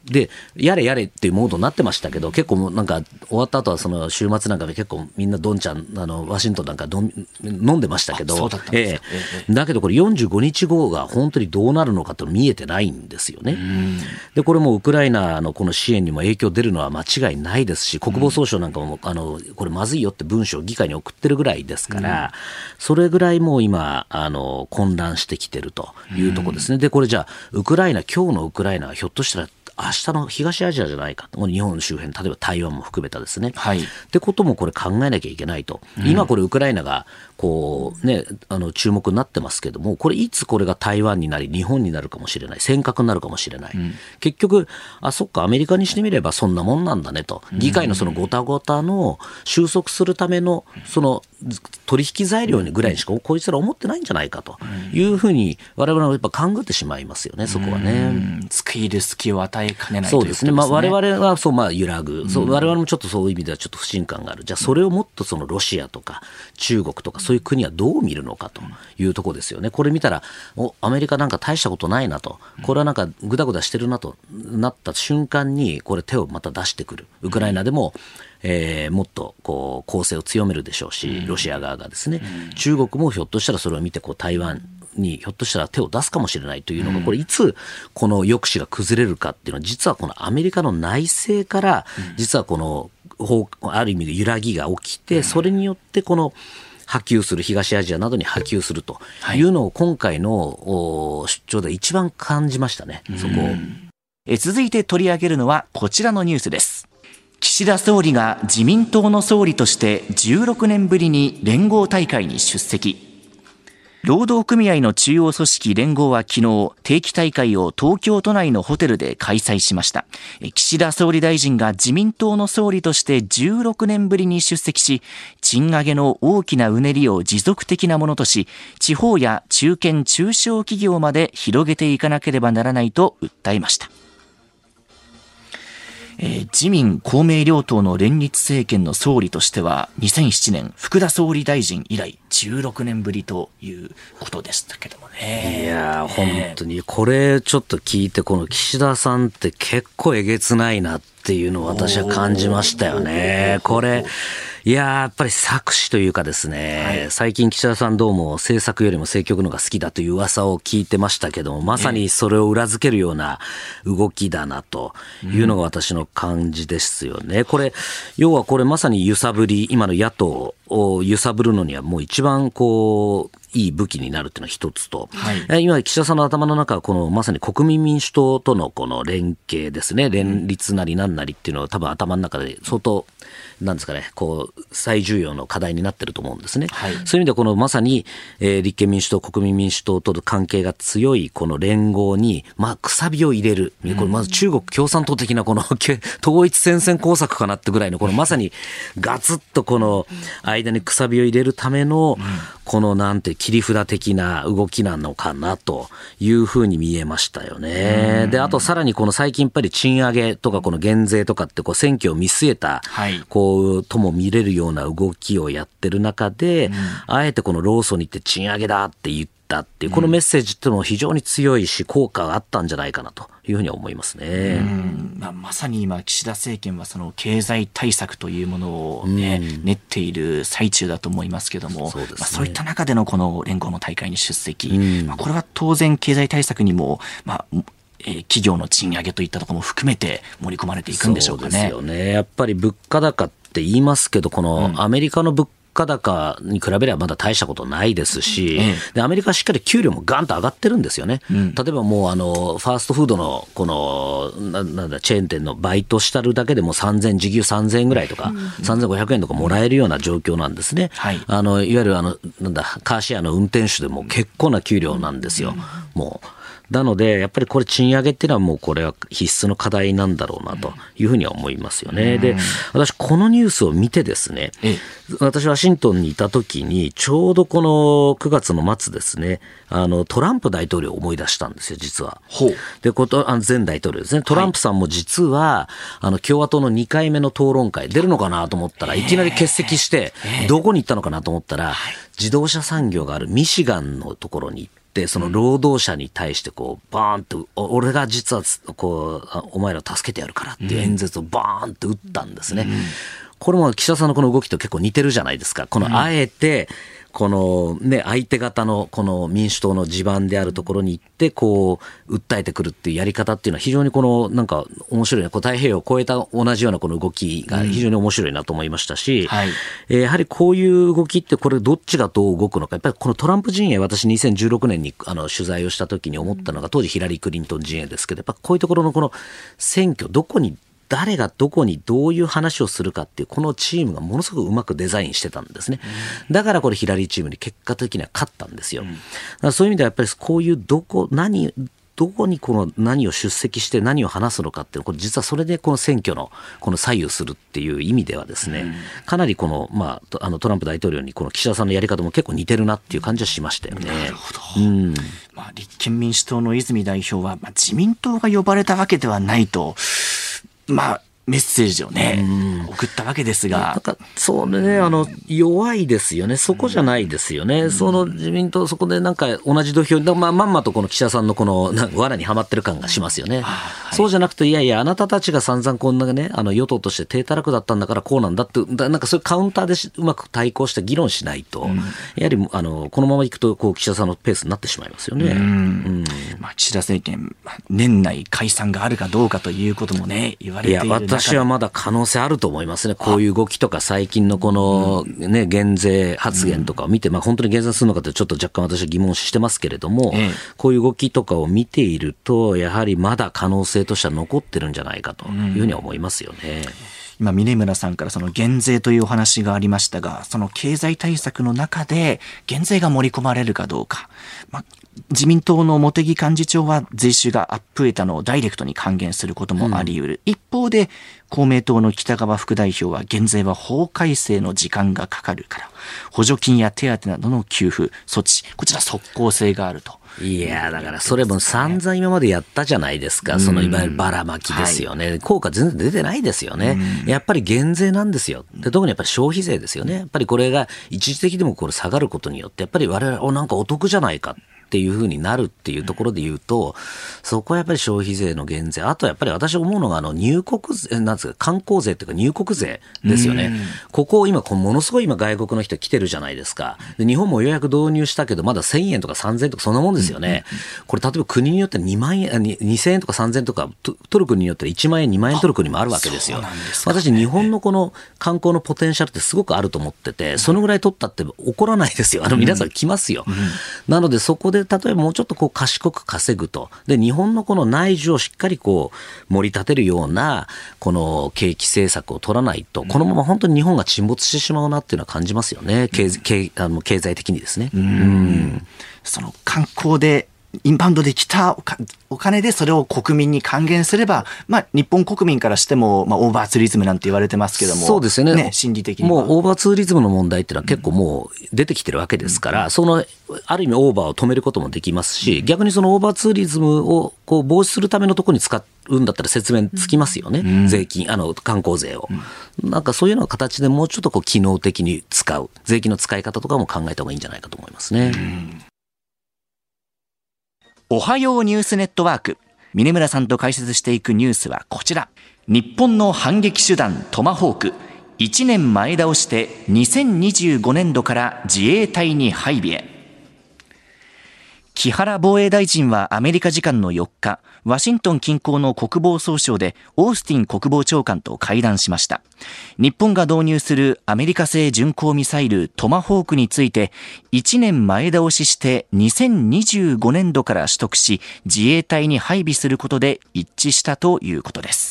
でやれやれっていうモードになってましたけど、結構もうなんか終わった後はその週末なんかで結構みんなどんちゃんあのワシントンなんかどん飲んでましたけど、 そうだったんですか。 ええ、だけどこれよんじゅうごにちごが本当にどうなるのかと見えてないんですよね。でこれもウクライナのこの支援にも影響出るのは間違いないですし、国防総省なんかもあのこれまずいよって文書を議会に送ってるぐらいですから、それぐらいもう今あの混乱してきてるというところですね。でこれじゃあウクライナ今日のウクライナはひょっとしたら明日の東アジアじゃないかと、日本の周辺、例えば台湾も含めたですね、 はい、 ってこともこれ考えなきゃいけないと、うん、今これウクライナがこう、ね、あの注目になってますけども、これいつこれが台湾になり日本になるかもしれない、尖閣になるかもしれない、うん、結局あそっかアメリカにしてみればそんなもんなんだねと、議会のそのごたごたの収束するためのその取引材料にぐらいにしかこいつら思ってないんじゃないかというふうに我々はやっぱ勘ぐってしまいますよね、そこはね。 付け入る隙を与えかねないそうですね。まあ、我々はそう、まあ、揺らぐ、 うん、 そう、我々もちょっとそういう意味ではちょっと不信感がある。じゃあそれをもっとそのロシアとか中国とかそういう国はどう見るのかというところですよね。これ見たらおアメリカなんか大したことないなと、これはなんかグダグダしてるなとなった瞬間にこれ手をまた出してくる。ウクライナでもえー、もっとこう攻勢を強めるでしょうし、ロシア側がですね、うん、中国もひょっとしたらそれを見てこう台湾にひょっとしたら手を出すかもしれないというのが、これいつこの抑止が崩れるかっていうのは、実はこのアメリカの内政から実はこのある意味で揺らぎが起きて、それによってこの波及する、東アジアなどに波及するというのを今回の出張で一番感じましたね、そこを。 え続いて取り上げるのはこちらのニュースです。岸田総理が自民党の総理としてじゅうろくねんぶりに連合大会に出席。労働組合の中央組織連合は昨日、定期大会を東京都内のホテルで開催しました。岸田総理大臣が自民党の総理としてじゅうろくねんぶりに出席し、賃上げの大きなうねりを持続的なものとし、地方や中堅中小企業まで広げていかなければならないと訴えました。えー、自民公明両党の連立政権の総理としてはにせんななねん福田総理大臣以来じゅうろくねんぶりということでしたけどもね。 いやー、本当にこれちょっと聞いて、この岸田さんって結構えげつないなっていうのを私は感じましたよね。これいやーやっぱり作詞というかですね、はい、最近岸田さんどうも政策よりも政局の方が好きだという噂を聞いてましたけども、まさにそれを裏付けるような動きだなというのが私の感じですよね。これ要はこれまさに揺さぶり、今の野党を揺さぶるのにはもう一番こういい武器になるというのは一つと、はい、今岸田さんの頭の中はこのまさに国民民主党とのこの連携ですね、連立なりなんなりっていうのは多分頭の中で相当なんですかね、こう最重要の課題になってると思うんですね、はい、そういう意味ではこのまさに、えー、立憲民主党国民民主党との関係が強いこの連合に、まあ、くさびを入れる、これまず中国共産党的なこの統一戦線工作かなってぐらいのこのまさにガツッとこの間にくさびを入れるためのこのなんて切り札的な動きなのかなというふうに見えましたよね。であとさらにこの最近やっぱり賃上げとかこの減税とかってこう選挙を見据えたこうとも見れるような動きをやってる中で、あえてこの労組に行って賃上げだって言ってっていうこのメッセージっていうのも非常に強いし効果があったんじゃないかなというふうに思いますね。 うん、まあ、まさに今岸田政権はその経済対策というものを、ね、うん、練っている最中だと思いますけども、そうですね、まあ、そういった中でのこの連合の大会に出席、うん、まあ、これは当然経済対策にも、まあえー、企業の賃上げといったところも含めて盛り込まれていくんでしょうかね。 そうですよね。やっぱり物価高って言いますけど、このアメリカの物価物価高に比べればまだ大したことないですし、うん、でアメリカはしっかり給料もガンと上がってるんですよね、うん、例えばもうあのファーストフードのこのななんだチェーン店のバイトしたるだけでもさんぜん時給さんぜんえんぐらいとか、うん、さんぜんごひゃくえんとかもらえるような状況なんですね、はい、あのいわゆるあのなんだカーシェアの運転手でも結構な給料なんですよ、うん、もうなのでやっぱりこれ賃上げっていうのはもうこれは必須の課題なんだろうなというふうには思いますよね。で私このニュースを見てですね、私ワシントンにいた時にちょうどこのくがつの末ですね、あのトランプ大統領を思い出したんですよ実は。ほうでことあの前大統領ですね。トランプさんも実はあの共和党のにかいめの討論会出るのかなと思ったらいきなり欠席してどこに行ったのかなと思ったら自動車産業があるミシガンのところに行ってってその労働者に対してこうバーンと俺が実はこうお前らを助けてやるからっていう演説をバーンと打ったんですね。これも岸田さんのこの動きと結構似てるじゃないですか。このあえてこのね、相手方のこの民主党の地盤であるところに行ってこう訴えてくるっていうやり方っていうのは非常にこのなんか面白いね。こう太平洋を越えた同じようなこの動きが非常に面白いなと思いましたし、うんはいえー、やはりこういう動きってこれどっちがどう動くのか。やっぱりこのトランプ陣営、私にせんじゅうろくねんにあの取材をした時に思ったのが、当時ヒラリー・クリントン陣営ですけど、やっぱこういうところのこの選挙どこに誰がどこにどういう話をするかっていうこのチームがものすごくうまくデザインしてたんですね。だからこれヒラリーチームに結果的には勝ったんですよ。だからそういう意味ではやっぱりこういうどこ何どこにこの何を出席して何を話すのかっていうのこれ実はそれでこの選挙のこの左右するっていう意味ではですね、かなりこのまああのトランプ大統領にこの岸田さんのやり方も結構似てるなっていう感じはしましたよね。 なるほど。うんまあ、立憲民主党の泉代表は、まあ、自民党が呼ばれたわけではないと。まあ、メッセージをね、送ったわけですが。 なんか、そうね、あの、弱いですよね。そこじゃないですよね。その自民党、そこでなんか同じ土俵に、まあ、まんまとこの岸田さんのこの、罠にはまってる感がしますよね。はい、そうじゃなくて、いやいや、あなたたちが散々こんなね、あの、与党として低たらくだったんだからこうなんだって、なんかそういうカウンターでうまく対抗して議論しないと、うん、やはり、あの、このままいくと、こう、岸田さんのペースになってしまいますよね。うんうんまあ、岸田政権、年内解散があるかどうかということもね、言われている中で。 私はまだ可能性あると思いますね。こういう動きとか最近のこのね、減税発言とかを見て、まあ本当に減税するのかってちょっと若干私は疑問視してますけれども、こういう動きとかを見ていると、やはりまだ可能性としては残ってるんじゃないかというふうには思いますよね。 今、峯村さんからその減税というお話がありましたが、その経済対策の中で減税が盛り込まれるかどうか。まあ自民党の茂木幹事長は税収がアップ得たのをダイレクトに還元することもあり得る、うん、一方で公明党の北側副代表は減税は法改正の時間がかかるから補助金や手当などの給付措置こちら即効性があると。 いやだからそれも散々今までやったじゃないですか。そのいわゆるばらまきですよね、はい、効果全然出てないですよね。やっぱり減税なんですよ。で特にやっぱり消費税ですよね。やっぱりこれが一時的でもこれ下がることによってやっぱり我々おなんかお得じゃないかっていう風になるっていうところで言うと、そこはやっぱり消費税の減税、あとやっぱり私思うのがあの入国税なんですか、観光税っていうか入国税ですよね。ここを今ものすごい今外国の人来てるじゃないですか。で日本もようやく導入したけどまだせんえんとかさんぜんえんとかそんなもんですよね。これ例えば国によってはにまんえんにせんえんとかさんぜんえんとか取る国によってはいちまんえんにまんえん取る国もあるわけですよ。私日本のこの観光のポテンシャルってすごくあると思ってて、そのぐらい取ったって怒らないですよ。あの皆さん来ますよ。なのでそこで例えばもうちょっとこう賢く稼ぐと。で、日本のこの内需をしっかりこう盛り立てるようなこの景気政策を取らないと、このまま本当に日本が沈没してしまうなっていうのは感じますよね。経, 経, あの経済的にですね。うんうんその観光でインバウンドで来たお金でそれを国民に還元すれば、まあ、日本国民からしても、まあ、オーバーツーリズムなんて言われてますけども、 そうですよね、 ね心理的にもうオーバーツーリズムの問題っていうのは結構もう出てきてるわけですから、うん、そのある意味オーバーを止めることもできますし、うん、逆にそのオーバーツーリズムをこう防止するためのところに使うんだったら説明つきますよね、うん、税金あの観光税を、うん、なんかそういうような形でもうちょっとこう機能的に使う税金の使い方とかも考えた方がいいんじゃないかと思いますね。うんおはようニュースネットワーク。峯村さんと解説していくニュースはこちら。日本の反撃手段トマホーク。いちねんまえ倒してにせんにじゅうごねんどから自衛隊に配備へ。木原防衛大臣はアメリカ時間のよっか、ワシントン近郊の国防総省でオースティン国防長官と会談しました。日本が導入するアメリカ製巡航ミサイルトマホークについていちねんまえ倒ししてにせんにじゅうごねんどから取得し、自衛隊に配備することで一致したということです。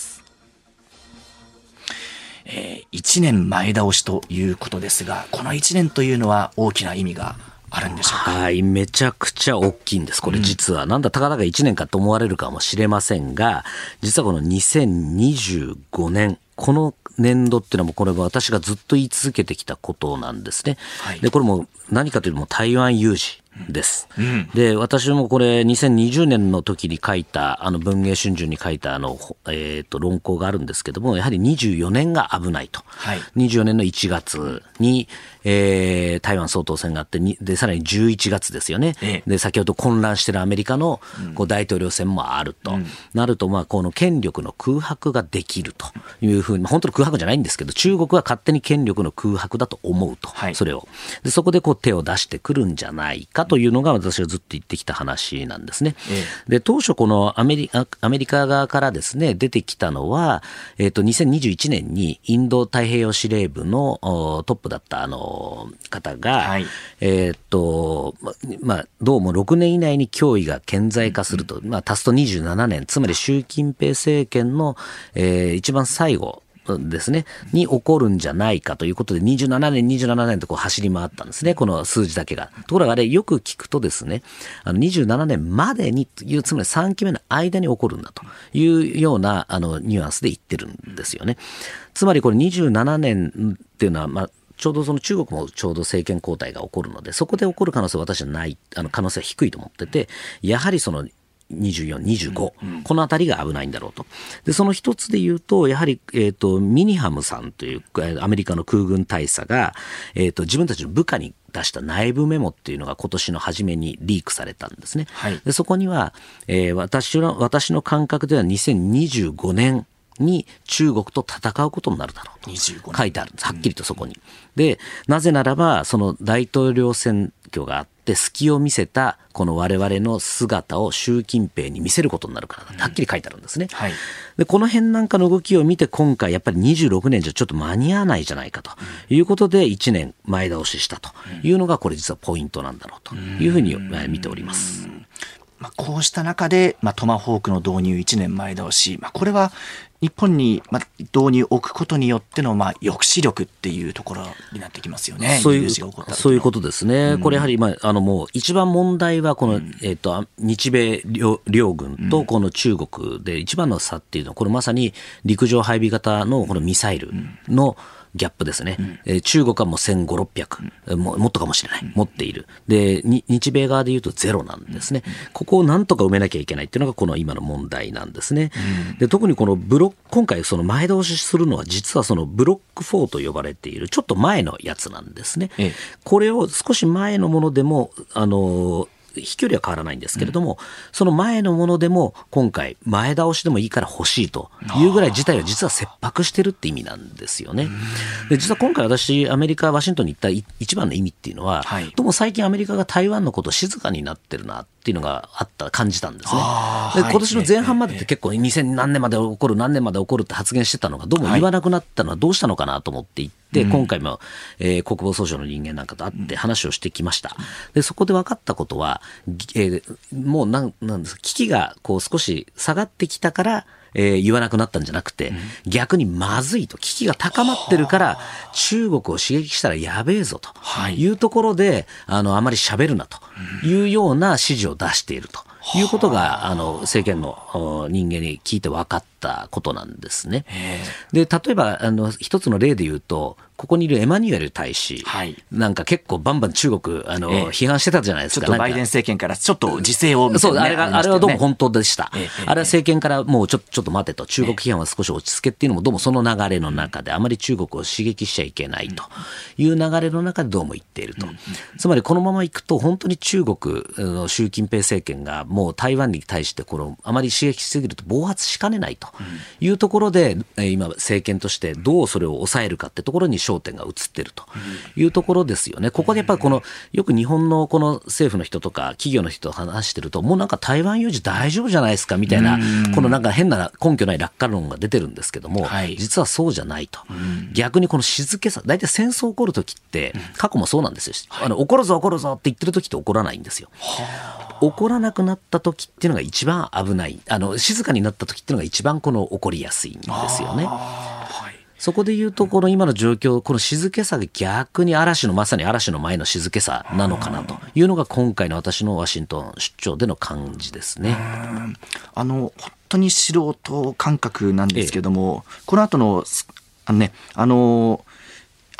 えー、いちねんまえ倒しということですが、このいちねんというのは大きな意味があるんでしょうか。 はい、めちゃくちゃ大きいんです。これ実は、うん、なんだたかだかいちねんかと思われるかもしれませんが、実はこのにせんにじゅうごねん、この年度っていうのもこれは私がずっと言い続けてきたことなんですね。はい、でこれも何かというとも台湾有事です、 うん、 で私もこれにせんにじゅうねんの時に書いたあの文藝春秋に書いたあの、えー、と論考があるんですけども、やはりにじゅうよねんが危ないと、はい、にじゅうよねんのいちがつに、えー、台湾総統選があってにでさらにじゅういちがつですよね、ええ、で先ほど混乱しているアメリカのこう大統領選もあると、うん、なるとまあこの権力の空白ができるというふうに、まあ、本当の空白じゃないんですけど、中国は勝手に権力の空白だと思うと、はい、それをでそこでこう手を出してくるんじゃないかというのが私がずっと言ってきた話なんですね、ええ、で当初このアメリカ、アメリカ側からですね出てきたのは、えー、とにせんにじゅういちねんにインド太平洋司令部のトップだったあの方が、はい、えー、とまあ、どうもろくねん以内に脅威が顕在化すると、うん、まあ、足すとにじゅうななねん、つまり習近平政権の、えー、一番最後ですねに起こるんじゃないかということで、にじゅうななねんにじゅうななねんとこう走り回ったんですね、この数字だけが。ところがあれよく聞くとですね、あのにじゅうななねんまでにという、つまりさんきめの間に起こるんだというようなあのニュアンスで言ってるんですよね。つまりこれにじゅうななねんっていうのは、まあちょうどその中国もちょうど政権交代が起こるので、そこで起こる可能性は私はない、あの可能性は低いと思ってて、やはりそのにじゅうよん、にじゅうご、うんうん、このあたりが危ないんだろうと。でその一つで言うと、やはり、えーと、ミニハムさんというアメリカの空軍大佐が、えーと、自分たちの部下に出した内部メモっていうのが今年の初めにリークされたんですね、はい、でそこには、えー、私の、私の感覚ではにせんにじゅうごねんに中国と戦うことになるだろうと書いてあるんです、はっきりとそこに。でなぜならばその大統領選挙があって隙を見せたこの我々の姿を習近平に見せることになるからだ、はっきり書いてあるんですね、はい、でこの辺なんかの動きを見て、今回やっぱりにじゅうろくねんじゃちょっと間に合わないじゃないかということでいちねんまえ倒ししたというのが、これ実はポイントなんだろうというふうに見ております。 まあ、こうした中で、まあ、トマホークの導入いちねんまえ倒し、まあ、これは日本に導入を置くことによってのまあ抑止力っていうところになってきますよね。 そういう、そういうことですね。うん、これやはり、まあ、あのもう一番問題はこの、うん、えっと、日米 両, 両軍とこの中国で一番の差っていうのは、これまさに陸上配備型のこのミサイルの、うんギャップですね、うんえー、中国はもうせんごひゃく、ろっぴゃく、うん、も, もっとかもしれない、うん、持っているで日米側でいうとゼロなんですね、うん、ここをなんとか埋めなきゃいけないっていうのがこの今の問題なんですね、うん、で特にこのブロック今回その前倒しするのは実はそのブロックフォーと呼ばれているちょっと前のやつなんですね、ええ、これを少し前のものでもあのー飛距離は変わらないんですけれども、うん、その前のものでも今回前倒しでもいいから欲しいというぐらい事態は実は切迫してるって意味なんですよね。で実は今回私アメリカワシントンに行った一番の意味っていうのは、はい、どうも最近アメリカが台湾のことを静かになってるなっていうのがあった感じたんですね。で今年の前半までって結構にせん何年まで起こる何年まで起こるって発言してたのがどうも言わなくなったのはどうしたのかなと思っていて、で今回も、えー、国防総省の人間なんかと会って話をしてきました。でそこで分かったことは、えー、もうなんなんです危機がこう少し下がってきたから、えー、言わなくなったんじゃなくて、逆にまずいと、危機が高まってるから中国を刺激したらやべえぞというところで、あのあまり喋るなというような指示を出しているということがあの政権の人間に聞いて分かったことなんですね。で例えばあの一つの例で言うと、ここにいるエマニュエル大使、はい、なんか結構バンバン中国あの、ええ、批判してたじゃないですか。 ちょっとバイデン政権からちょっと自制をみたいな、ね、そうあれが、ね、 あれはどうも本当でした、 ええ、 あれは政権からもうちょ、ちょっと待てと、中国批判は少し落ち着けっていうのもどうもその流れの中で、あまり中国を刺激しちゃいけないという流れの中でどうも言っていると、うん、つまりこのままいくと本当に中国の習近平政権がもう台湾に対してこのあまり刺激しすぎると暴発しかねないというところで、うん、今政権としてどうそれを抑えるかってところに焦点が移っているというところですよね。ここでやっぱりこのよく日本のこの政府の人とか企業の人と話してると、もうなんか台湾有事大丈夫じゃないですかみたいな、このなんか変な根拠ない楽観論が出てるんですけども、はい、実はそうじゃないと。逆にこの静けさ、大体戦争起こるときって過去もそうなんですよ。あの起こるぞ起こるぞって言ってるときって起こらないんですよ。起こらなくなったときっていうのが一番危ない、あの静かになったときっていうのが一番この起こりやすいんですよね。そこで言うと、この今の状況、この静けさが逆に嵐のまさに嵐の前の静けさなのかなというのが今回の私のワシントン出張での感じですね。 あの本当に素人感覚なんですけども、ええ、この後のあのねあの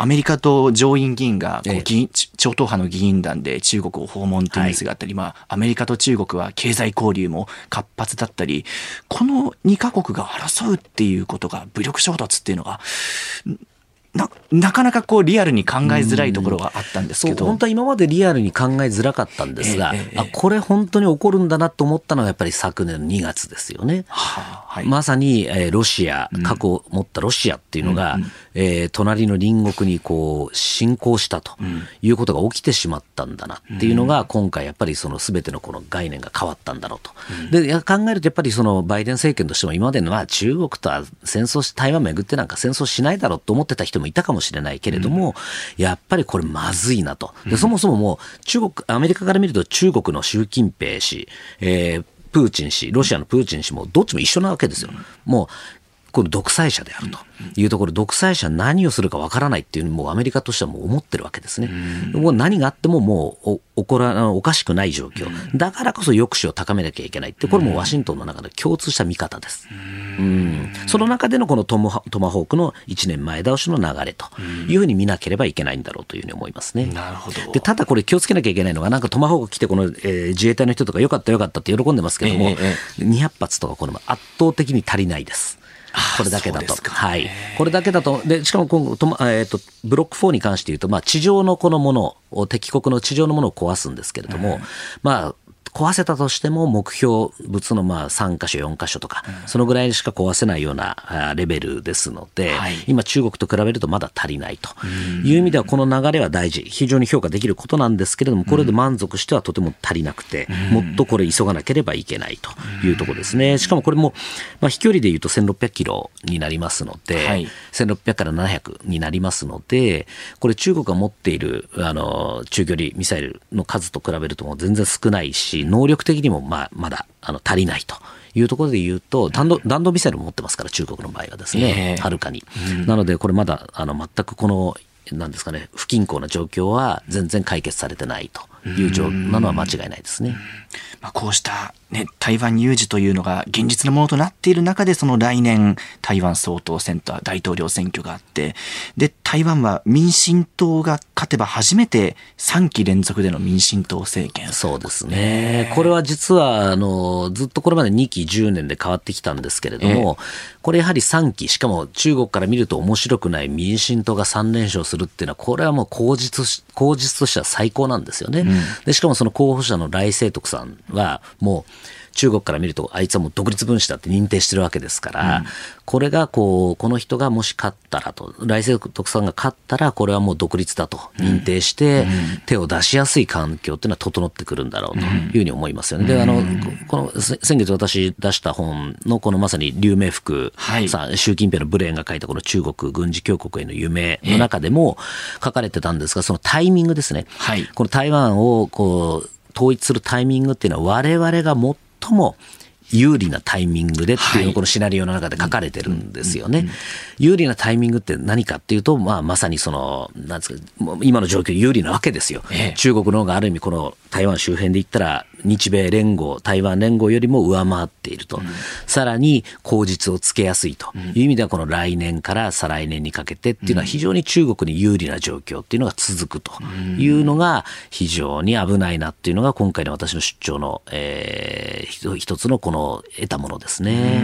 アメリカと上院議員がこう議員、ええ、超党派の議員団で中国を訪問というニュースがあったり、はい、まあ、アメリカと中国は経済交流も活発だったり、このにカ国が争うっていうことが、武力衝突っていうのがな, なかなかこうリアルに考えづらいところがあったんですけど、 本当は今までリアルに考えづらかったんですが、ええええ、あこれ本当に起こるんだなと思ったのがやっぱり昨年のにがつですよね、はあ、はい、まさに、えー、ロシア、核を持ったロシアっていうのが、うんうんえー、隣の隣国にこう侵攻したということが起きてしまったんだなっていうのが、今回やっぱりその全てのこの概念が変わったんだろうと、うん、で考えるとやっぱりそのバイデン政権としても今までのまあ中国とは戦争し台湾をめぐってなんか戦争しないだろうと思ってた人もいたかもしれないけれども、うん、やっぱりこれまずいなと。でそもそももう中国アメリカから見ると中国の習近平氏、えー、プーチン氏ロシアのプーチン氏もどっちも一緒なわけですよ。もうこの独裁者であるというところ、独裁者何をするかわからないっていうのもアメリカとしてはもう思ってるわけですね。もう何があってももうおこらおかしくない状況だからこそ抑止を高めなきゃいけないって、これもワシントンの中で共通した見方です。うんその中でのこのトマ、トマホークのいちねんまえ倒しの流れというふうに見なければいけないんだろうというふうに思いますね。 なるほど。 でただこれ気をつけなきゃいけないのが、なんかトマホーク来てこの、えー、自衛隊の人とかよかったよかったって喜んでますけども、えええ、にひゃく発とかこれも圧倒的に足りないです。これだけだと、はい、これだけだと、でしかも今後、えー、とブロックフォーに関して言うと、まあ、地上のこのものを、敵国の地上のものを壊すんですけれども、まあ壊せたとしても目標物のまあさんかしょよんかしょとか、そのぐらいしか壊せないようなレベルですので、はい、今中国と比べるとまだ足りないという意味では、この流れは大事、非常に評価できることなんですけれども、これで満足してはとても足りなくて、もっとこれ急がなければいけないというところですね。しかもこれもまあ飛距離でいうとせんろっぴゃくキロになりますので、はい、せんろっぴゃくからななひゃくになりますので、これ中国が持っているあの中距離ミサイルの数と比べるともう全然少ないし、能力的にもまあまだあの足りないというところで言うと、弾道、弾道ミサイルも持ってますから、中国の場合はですね、はるかに、うん、なのでこれまだあの全くこのなんですかね、不均衡な状況は全然解決されてないという状況なのは間違いないですね。 まあ、こうした、ね、台湾有事というのが現実のものとなっている中で、その来年台湾総統選と大統領選挙があって、で台湾は民進党が勝てば初めてさんき連続での民進党政権。 そうですね、これは実はあのずっとこれまでにきじゅうねんで変わってきたんですけれども、これやはりさんき、しかも中国から見ると面白くない民進党がさん連勝するっていうのは、これはもう口実、口実としては最高なんですよね。うん、でしかもその候補者の頼清徳さんはもう中国から見るとあいつはもう独立分子だって認定してるわけですから、うん、これがこうこの人がもし勝ったらと、頼清徳さんが勝ったらこれはもう独立だと認定して手を出しやすい環境っていうのは整ってくるんだろうというふうに思いますよね。であのこの先月私出した本のこのまさに劉明福さん、はい、習近平のブレーンが書いたこの中国軍事強国への夢の中でも書かれてたんですが、そのタイミングですね、はい、この台湾をこう統一するタイミングっていうのは我々が最も有利なタイミングでっていうのをこのシナリオの中で書かれてるんですよね。はい、有利なタイミングって何かっていうと、まあ、まさにそのなんですか、今の状況有利なわけですよ。ええ、中国の方がある意味この台湾周辺で言ったら日米連合、台湾連合よりも上回っていると、うん、さらに口実をつけやすいという意味では、この来年から再来年にかけてっていうのは非常に中国に有利な状況っていうのが続くというのが非常に危ないなっていうのが今回の私の出張の、えー、一つのこの得たものですね。 うん、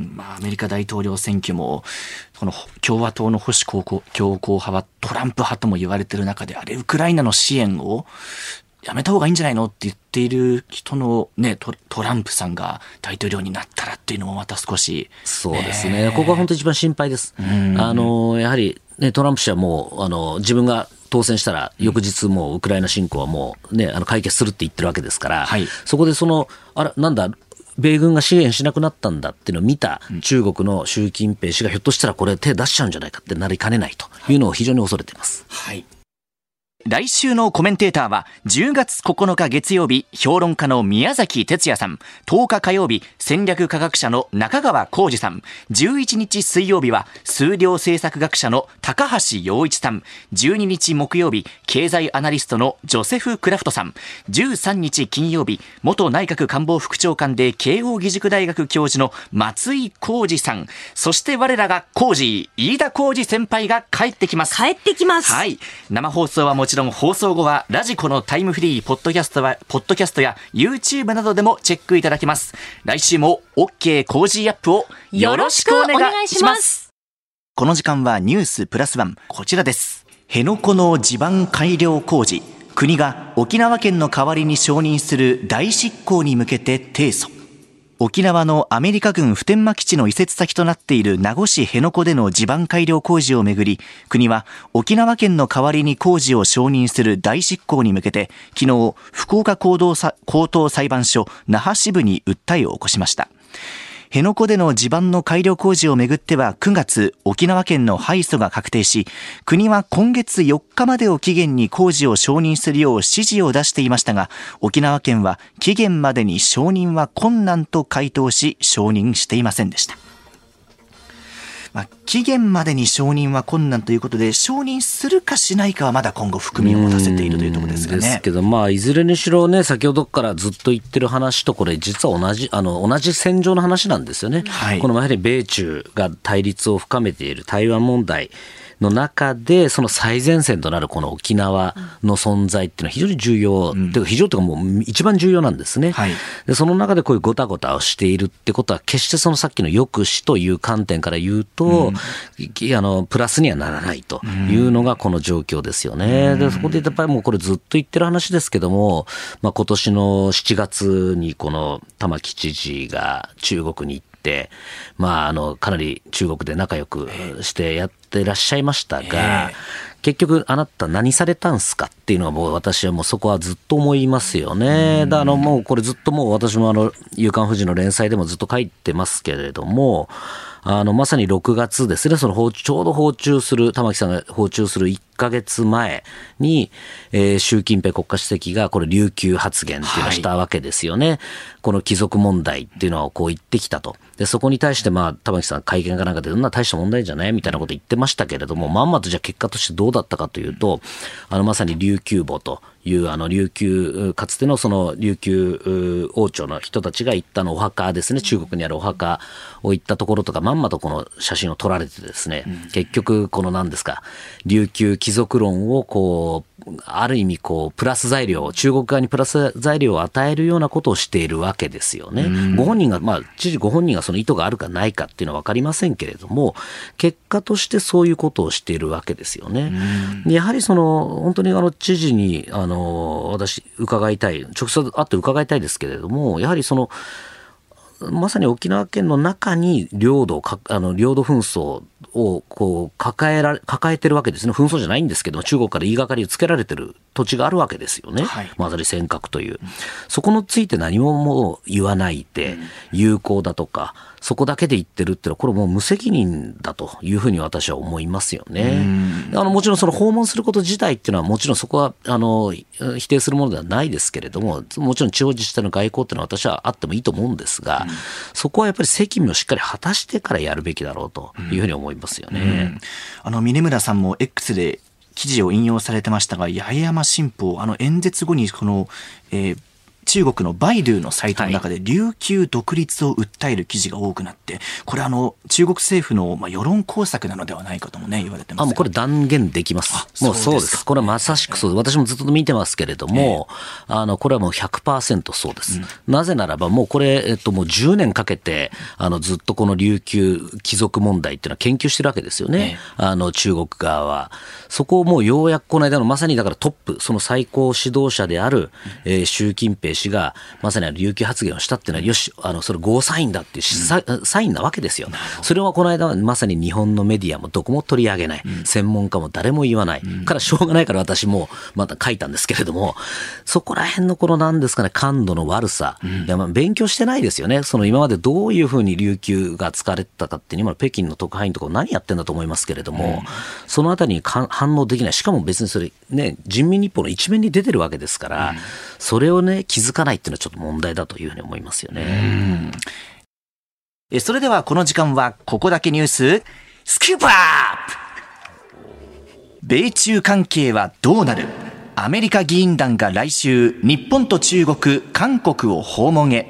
まあ、アメリカ大統領選挙もこの共和党の保守強硬派はトランプ派とも言われている中で、あれウクライナの支援をやめた方がいいんじゃないのって言っている人の、ね、ト, トランプさんが大統領になったらっていうのもまた少し、 そうですね、ここは本当に一番心配です。あのやはり、ね、トランプ氏はもうあの自分が当選したら翌日もうウクライナ侵攻はもう、ね、あの解決するって言ってるわけですから、はい、そこでそのあらなんだ米軍が支援しなくなったんだっていうのを見た中国の習近平氏がひょっとしたらこれ手出しちゃうんじゃないかってなりかねないというのを非常に恐れています。 はい、 来週のコメンテーターはじゅうがつここのか月曜日評論家の宮崎哲也さん、とおか火曜日戦略科学者の中川浩二さん、じゅういちにち水曜日は数量政策学者の高橋洋一さん、じゅうににち木曜日経済アナリストのジョセフ・クラフトさん、じゅうさんにち金曜日元内閣官房副長官で慶應義塾大学教授の松井浩二さん、そして我らが浩二飯田浩二先輩が帰ってきます。 帰ってきます。 はい、生放送はもちろんもちろん放送後はラジコのタイムフリーポッドキャストはポッドキャストや YouTube などでもチェックいただけます。来週も OK コージーアップをよろしくお願いします。この時間はニュースプラスワン、こちらです。辺野古の地盤改良工事、国が沖縄県の代わりに承認する代執行に向けて提訴。沖縄のアメリカ軍普天間基地の移設先となっている名護市辺野古での地盤改良工事をめぐり、国は沖縄県の代わりに工事を承認する代執行に向けて昨日、福岡高等裁判所那覇支部に訴えを起こしました。辺野古での地盤の改良工事をめぐってはくがつ、沖縄県の敗訴が確定し、国は今月よっかまでを期限に工事を承認するよう指示を出していましたが、沖縄県は期限までに承認は困難と回答し、承認していませんでした。まあ、期限までに承認は困難ということで、承認するかしないかはまだ今後含みを持たせているというところですがね。 ですけど、まあ、いずれにしろね、先ほどからずっと言ってる話と、これ実は同じ、あの、同じ戦場の話なんですよね。はい、このやはり米中が対立を深めている台湾問題の中で、その最前線となるこの沖縄の存在っていうのは非常に重要、うん、というか非常というかもう一番重要なんですね。はい、でその中でこういうごたごたをしているってことは、決してそのさっきの抑止という観点から言うと、うん、あのプラスにはならないというのがこの状況ですよね。うん、でそこでやっぱりもうこれずっと言ってる話ですけども、まあ、今年のしちがつにこの玉城知事が中国に行って、まあ、あのかなり中国で仲良くしてやっていらっしゃいましたが、結局あなた何されたんすかっていうのはもう私はもうそこはずっと思いますよね。だあのもうこれずっともう私もあの夕刊フジの連載でもずっと書いてますけれども、あのまさにろくがつですね、その訪ちょうど訪中する玉城さんが訪中するいっかげつまえに、えー、習近平国家主席がこれ琉球発言っていうのをしたわけですよね。はい、この帰属問題っていうのをこう言ってきたと。でそこに対してまあ玉城さん会見かなんかでそんな大した問題じゃないみたいなこと言ってましたけれども、まんまとじゃあ結果としてどうだったかというと、あのまさに琉球墓というあの琉球かつてのその琉球王朝の人たちが行ったのお墓ですね、中国にあるお墓を行ったところとかまんまとこの写真を撮られてですね、うん、結局この何ですか琉球貴族論をこうある意味こうプラス材料、中国側にプラス材料を与えるようなことをしているわけですよね。うん、ご本人がまあ知事ご本人がその意図があるかないかっていうのは分かりませんけれども、結果としてそういうことをしているわけですよね。うん、やはりその本当にあの知事にあの私伺いたい、直接会って伺いたいですけれども、やはりそのまさに沖縄県の中に領土かあの領土紛争をこう抱えられ抱えてるわけですね。紛争じゃないんですけど、中国から言いがかりをつけられてる土地があるわけですよね。はい、まさに尖閣という、うん、そこについて何ももう言わないで、うん、友好だとかそこだけで言ってるってのはこれもう無責任だというふうに私は思いますよね。あのもちろんその訪問すること自体っていうのはもちろんそこはあの否定するものではないですけれども、もちろん地方自治体の外交っていうのは私はあってもいいと思うんですが、うん、そこはやっぱり責務をしっかり果たしてからやるべきだろうというふうに思いますよね。うんうん、 あの峯村さんも X で記事を引用されてましたが、八重山新報、あの演説後にこの、えー中国のバイドゥのサイトの中で琉球独立を訴える記事が多くなって、これあの中国政府のまあ世論工作なのではないかともね言われてます。 あもうこれ断言できます。もうそうです。これはまさしくそうです。私もずっと見てますけれども、えー、あのこれはもう ひゃくパーセント そうです。うん、なぜならばもうこれえっともうじゅうねんかけてあのずっとこの琉球貴族問題っていうのは研究してるわけですよね。えー、あの中国側はそこをもうようやくこの間のまさにだからトップその最高指導者である、えー、習近平兵士がまさに琉球発言をしたっていうのはよしあのそれゴーサインだっていうササインなわけですよ。それはこの間はまさに日本のメディアもどこも取り上げない、うん、専門家も誰も言わない、うん、からしょうがないから私もまた書いたんですけれども、そこら辺のこの何ですかね感度の悪さ、うん、いやまあ勉強してないですよね。その今までどういうふうに琉球が使われてたかっていう今の北京の特派員とか何やってんだと思いますけれども、うん、そのあたりに反応できない。しかも別にそれね人民日報の一面に出てるわけですから、うん、それをね気づかないっていうのはちょっと問題だというふうに思いますよね。 うんえそれではこの時間はここだけニューススクープアップ。米中関係はどうなる。アメリカ議員団が来週日本と中国韓国を訪問へ。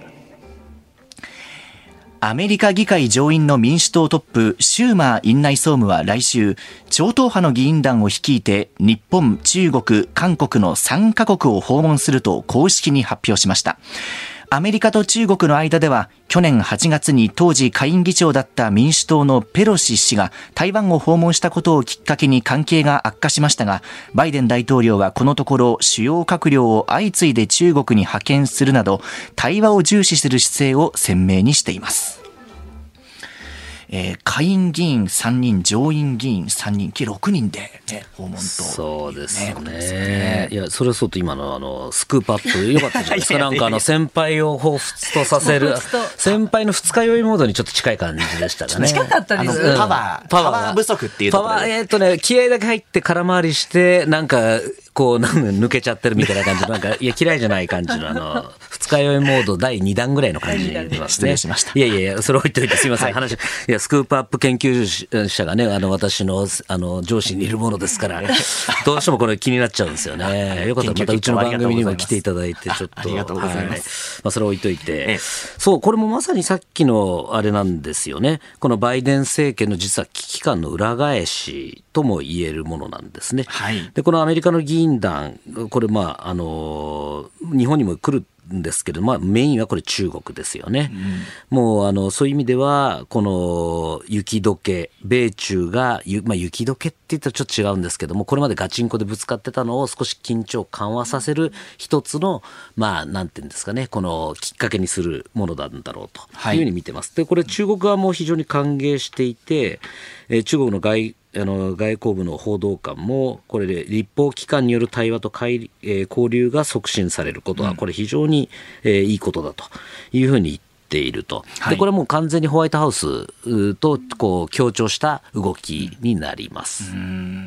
アメリカ議会上院の民主党トップシューマー院内総務は来週超党派の議員団を率いて日本、中国、韓国のさんカ国を訪問すると公式に発表しました。アメリカと中国の間では去年はちがつに当時下院議長だった民主党のペロシ氏が台湾を訪問したことをきっかけに関係が悪化しましたが、バイデン大統領はこのところ主要閣僚を相次いで中国に派遣するなど対話を重視する姿勢を鮮明にしています。えー、下院議員さんにん上院議員さんにん計ろくにんで、ね、訪問と、ね、 そうですね。ねいやそれはそうと今のあのスクープアップ良かったじゃないですか。なんかあの先輩を彷彿とさせる先輩の二日酔いモードにちょっと近い感じでしたかね。 近かったです。 パワーパワー不足っていうところでパワーえー、っとね気合だけ入って空回りしてなんかこうなん抜けちゃってるみたいな感じのなんかいや嫌いじゃない感じのあの二日酔いモードだいにだんぐらいの感じでますね。 失礼しました。 いやいやいやそれ置いといてすみません、はい、話いやスクープアップ研究者がねあの私のあの上司にいるものですからどうしてもこれ気になっちゃうんですよね。よかったらまたうちの番組にも来ていただいてちょっとありがとうございます、 はいまあ、それ置いといて、ええ、そうこれもまさにさっきのあれなんですよね。このバイデン政権の実は危機感の裏返しとも言えるものなんですね、 はい、 でこのアメリカの議員団これまああの日本にも来るんですけど、まあ、メインはこれ中国ですよね、うん、もうあのそういう意味ではこの雪解け米中が、まあ、雪解けって言ったらちょっと違うんですけどもこれまでガチンコでぶつかってたのを少し緊張緩和させる一つのまあなんていうんですかねこのきっかけにするものなんだろうというふうに見てます、はい、でこれ中国側も非常に歓迎していて、えー、中国の外あの外交部の報道官もこれで立法機関による対話と交流が促進されることはこれ非常にいいことだというふうに言っていると、でこれはもう完全にホワイトハウスとこう強調した動きになります。 うん、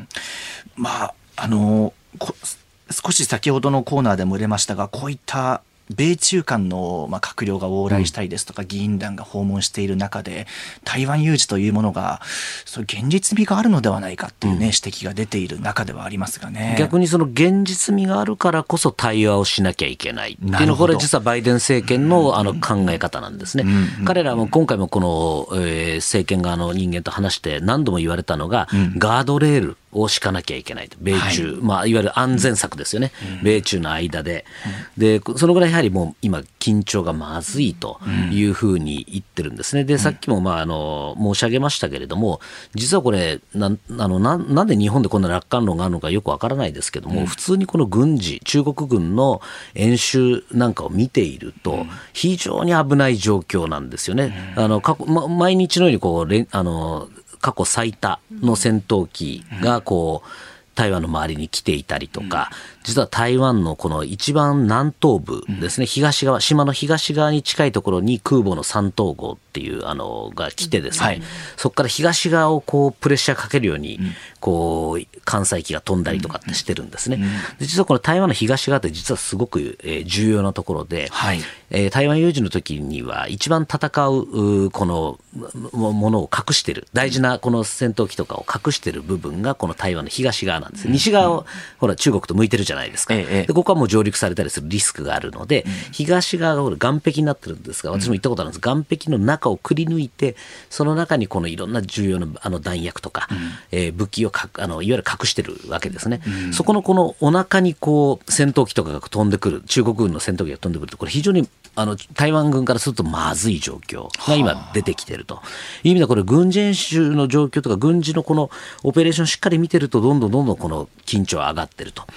まああの少し先ほどのコーナーでも触れましたがこういった米中間のまあ閣僚が往来したりですとか、うん、議員団が訪問している中で台湾有事というものがそういう現実味があるのではないかっていう、ねうん、指摘が出ている中ではありますがね。 逆にその現実味があるからこそ対話をしなきゃいけないっていうのはこれ実はバイデン政権のあの考え方なんですね、うんうんうん、彼らも今回もこの、えー、政権側の人間と話して何度も言われたのが、うん、ガードレールを敷かなきゃいけないと米中、はいまあ、いわゆる安全策ですよね、うん、米中の間で、うん、でそのぐらいやはりもう今緊張がまずいというふうに言ってるんですね。でさっきもまああの申し上げましたけれども実はこれ な, あの な, なんで日本でこんな楽観論があるのかよくわからないですけども、うん、普通にこの軍事中国軍の演習なんかを見ていると非常に危ない状況なんですよね、うん、あの過去、ま、毎日のようにこうあの過去最多の戦闘機がこう台湾の周りに来ていたりとか、実は台湾のこの一番南東部ですね、東側島の東側に近いところに空母の山東号っていうあのが来てですね、はい、そこから東側をこうプレッシャーかけるようにこう艦載機が飛んだりとかってしてるんですね。で実はこの台湾の東側って実はすごく重要なところで、はい、えー、台湾有事の時には一番戦うこのものを隠してる大事なこの戦闘機とかを隠してる部分がこの台湾の東側なんです。西側をほら中国と向いてるじゃないですか、ええ、でここはもう上陸されたりするリスクがあるので、うん、東側がほら岸壁になってるんですが、私も行ったことあるんです。岸壁の中をくり抜いてその中にこのいろんな重要なあの弾薬とか、うんえー、武器をかあのいわゆる隠してるわけですね、うん、そこのこのお腹にこう戦闘機とかが飛んでくる中国軍の戦闘機が飛んでくるとこれ非常にあの台湾軍からするとまずい状況が今出てきているという意味ではこれ軍事演習の状況とか軍事のこのオペレーションをしっかり見てるとどんどんどんどんこの緊張上がってると。だか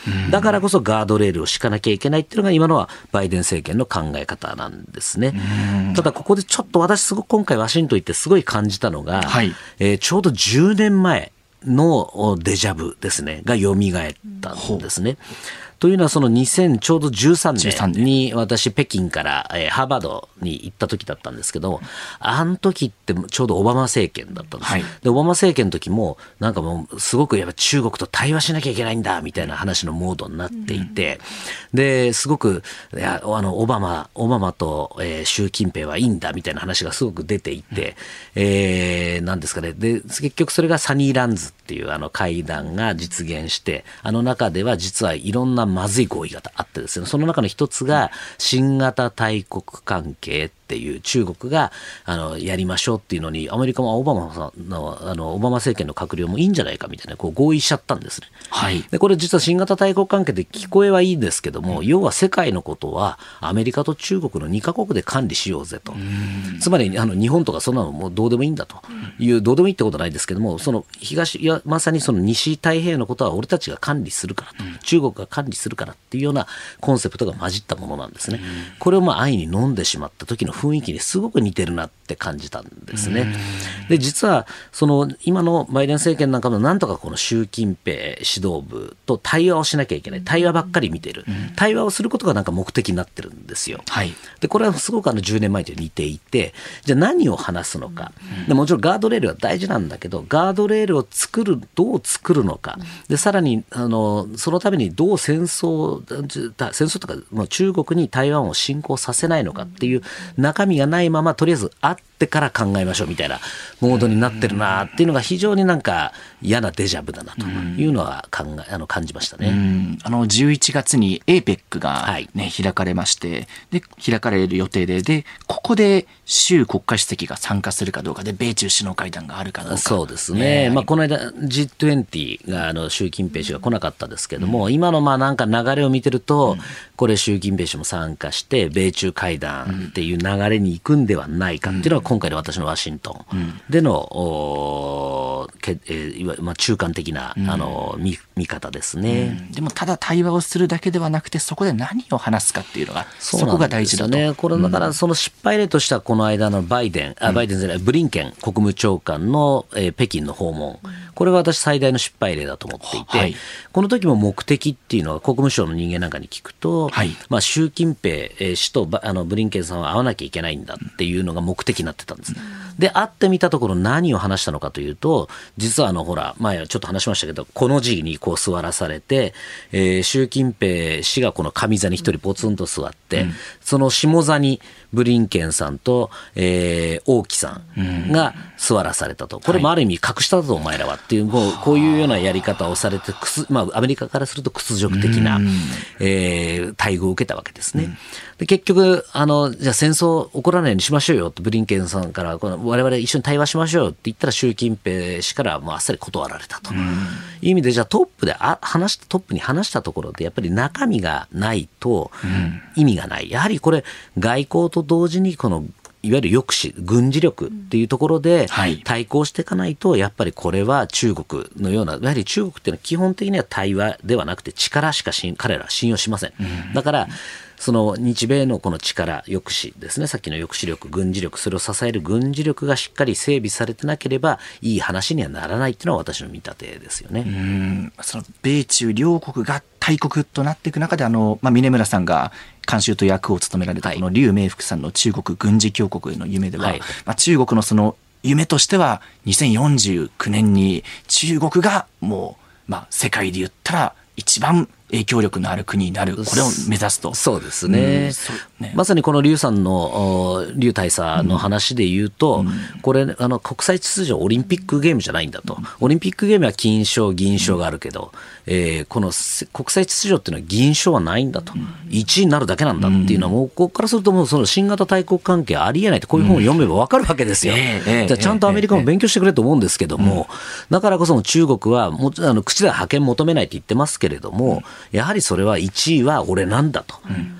からこそガードレールを敷かなきゃいけないっていうのが今のはバイデン政権の考え方なんですね。ただここでちょっと私すごく今回ワシントン行ってすごい感じたのが、はい、えー、ちょうどじゅうねんまえのデジャブですねが蘇ったんですね。というのはそのにせんちょうどじゅうさんねんに私北京からハーバードに行った時だったんですけど、あの時ってちょうどオバマ政権だったんです、はい、でオバマ政権の時もなんかもうすごくやっぱ中国と対話しなきゃいけないんだみたいな話のモードになっていて、うん、ですごくいやあのオバマオバマと、えー、習近平はいいんだみたいな話がすごく出ていて、うん、えー、なんですかね、で結局それがサニーランズっていうあの会談が実現して、あの中では実はいろんなまずい合意があってですね、その中の一つが新型大国関係っていう中国があのやりましょうっていうのにアメリカもオバマさんのあのオバマ政権の閣僚もいいんじゃないかみたいなこう合意しちゃったんですね、はい、でこれ実は新型大国関係で聞こえはいいんですけども、要は世界のことはアメリカと中国のにカ国で管理しようぜと、つまりあの日本とかそんなのもうどうでもいいんだという、どうでもいいってことはないですけども、その東いやまさにその西太平洋のことは俺たちが管理するからと、中国が管理するからっていうようなコンセプトが混じったものなんですね。これをまあ安易に飲んでしまった時の雰囲気にすごく似てるなって感じたんですね。で実はその今のバイデン政権なんかもなんとかこの習近平指導部と対話をしなきゃいけない、対話ばっかり見てる、対話をすることがなんか目的になってるんですよ、はい、でこれはすごくあのじゅうねんまえと似ていて、じゃあ何を話すのか、でもちろんガードレールは大事なんだけど、ガードレールを作るどう作るのか、でさらにあのそのためにどう戦争戦争とか、まあ、中国に台湾を侵攻させないのかっていう中身がないままとりあえず会ってから考えましょうみたいなモードになってるなっていうのが非常になんか嫌なデジャブだなというのは考えあの感じましたね。 うんあのじゅういちがつに エーペック が、ね、はい、開かれまして、で開かれる予定で、でここで習国家主席が参加するかどうかで米中首脳会談があるかどうか。 そうですね、ね、まあ、この間 ジーにじゅう があの習近平氏が来なかったですけども、うん、今のまあなんか流れを見てると、うん、これ習近平氏も参加して米中会談っていう流れに行くんではないかっていうのが今回の私のワシントンでの、うん、けえーいわまあ、中間的な、うん、あの 見, 見方ですね、うん、 でもただ対話をするだけではなくて、そこで何を話すかっていうのがそこが大事だと。 ね、これだからその失敗例としてはこの間のバイデン、あバイデンじゃないブリンケン国務長官の、えー、北京の訪問、これは私最大の失敗例だと思っていて、はい、この時も目的っていうのは国務省の人間なんかに聞くと、はい、まあ、習近平氏とあのブリンケンさんは会わなきゃいけないんだっていうのが目的になってたんです。で会ってみたところ何を話したのかというと、実はあのほら前ちょっと話しましたけど、この字にこう座らされて、えー、習近平氏がこの上座に一人ポツンと座って、うん、その下座にブリンケンさんと、えー、王毅さんが座らされたと、これもある意味隠したぞお前らはっていう、もうこういうようなやり方をされてくす、まあ、アメリカからすると屈辱的な、えー、待遇を受けたわけですね。で結局あのじゃあ戦争起こらないようにしましょうよってブリンケンさんからこの我々一緒に対話しましょうよって言ったら、習近平氏からもうあっさり断られたという意味で、じゃあトップであ話したトップに話したところでやっぱり中身がないと意味がない、やはりこれ外交と同時にこのいわゆる抑止軍事力っていうところで対抗していかないと、やっぱりこれは中国のような、やはり中国っていうのは基本的には対話ではなくて力しか彼らは信用しません。だからその日米のこの力抑止ですね、さっきの抑止力軍事力、それを支える軍事力がしっかり整備されてなければいい話にはならないっていうのは私の見立てですよね。 うーんその米中両国が大国となっていく中で、あの、まあ、峰村さんが監修と役を務められたこの劉明福さんの中国軍事強国への夢では、はい、まあ、中国のその夢としてはにせんよんじゅうきゅうねんに中国がもう、まあ、世界で言ったら一番影響力のある国になる、これを目指すと。 そうですね、うん、ねまさにこの劉さんの劉大佐の話で言うと、うん、これあの国際秩序オリンピックゲームじゃないんだと、オリンピックゲームは金賞銀賞があるけど、うん、えー、この国際秩序っていうのは銀賞はないんだと、うん、いちいになるだけなんだっていうのは、もうここからするともうその新型大国関係ありえないって、こういう本を読めば分かるわけですよ、うん、えー、じゃあちゃんとアメリカも勉強してくれと思うんですけども、えーえー、だからこそ中国はもあの口では覇権求めないって言ってますけれども、うん、やはりそれはいちいは俺なんだと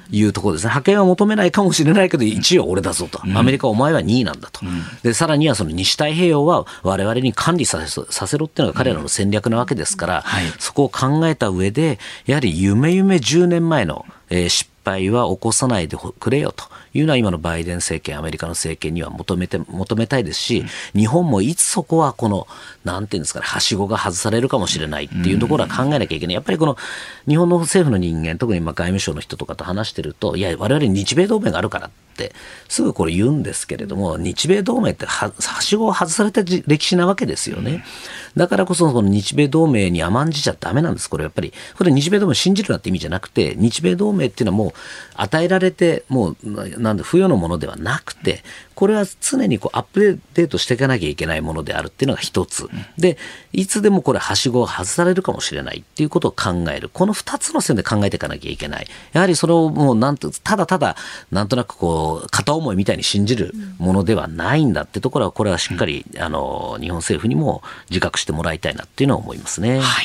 いうところですね。覇権は求めないかもしれないけどいちいは俺だぞと、アメリカはお前はにいなんだと、でさらにはその西太平洋は我々に管理させ、させろっていうのが彼らの戦略なわけですから、はい、そこを考えた上でやはり夢夢じゅうねんまえの、えー、失敗は起こさないでくれよというのは今のバイデン政権、アメリカの政権には求めて求めたいですし、うん、日本もいつそこはこのなんていうんですかね、はしごが外されるかもしれないっていうところは考えなきゃいけない。やっぱりこの日本の政府の人間、特にまあ外務省の人とかと話してると、いや我々日米同盟があるからってすぐこれ言うんですけれども、日米同盟って は, はしごを外された歴史なわけですよね。だからこそこの日米同盟に甘んじちゃダメなんです。これやっぱりこれ日米同盟を信じるなって意味じゃなくて、日米同盟っていうのはもう与えられてもうなんで不要のものではなくて、これは常にこうアップデートしていかなきゃいけないものであるっていうのが一つで、いつでもこれはしごが外されるかもしれないっていうことを考える、この二つの線で考えていかなきゃいけない。やはりそれをもうなんとただただなんとなくこう片思いみたいに信じるものではないんだってところは、これはしっかりあの日本政府にも自覚してもらいたいなっていうのは思いますね。 はい。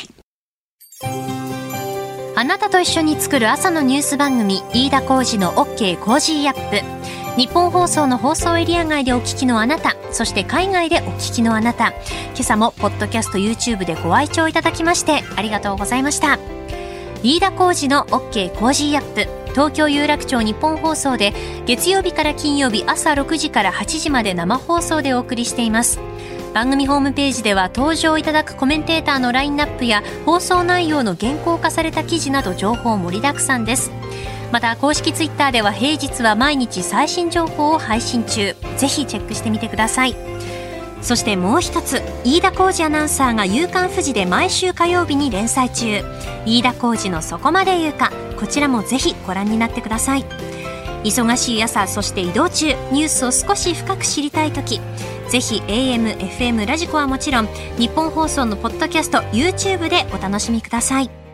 あなたと一緒に作る朝のニュース番組、飯田浩司の OK コージーアップ。日本放送の放送エリア外でお聞きのあなた、そして海外でお聞きのあなた、今朝もポッドキャスト YouTube でご愛聴いただきましてありがとうございました。飯田浩司の OK コージーアップ、東京有楽町日本放送で月曜日から金曜日朝ろくじからはちじまで生放送でお送りしています。番組ホームページでは登場いただくコメンテーターのラインナップや放送内容の原稿化された記事など情報盛りだくさんです。また公式ツイッターでは平日は毎日最新情報を配信中、ぜひチェックしてみてください。そしてもう一つ、飯田浩司アナウンサーが夕刊フジで毎週火曜日に連載中、飯田浩司のそこまで言うか、こちらもぜひご覧になってください。忙しい朝、そして移動中、ニュースを少し深く知りたいとき、ぜひ エーエム、エフエム、ラジコはもちろん日本放送のポッドキャスト YouTube でお楽しみください。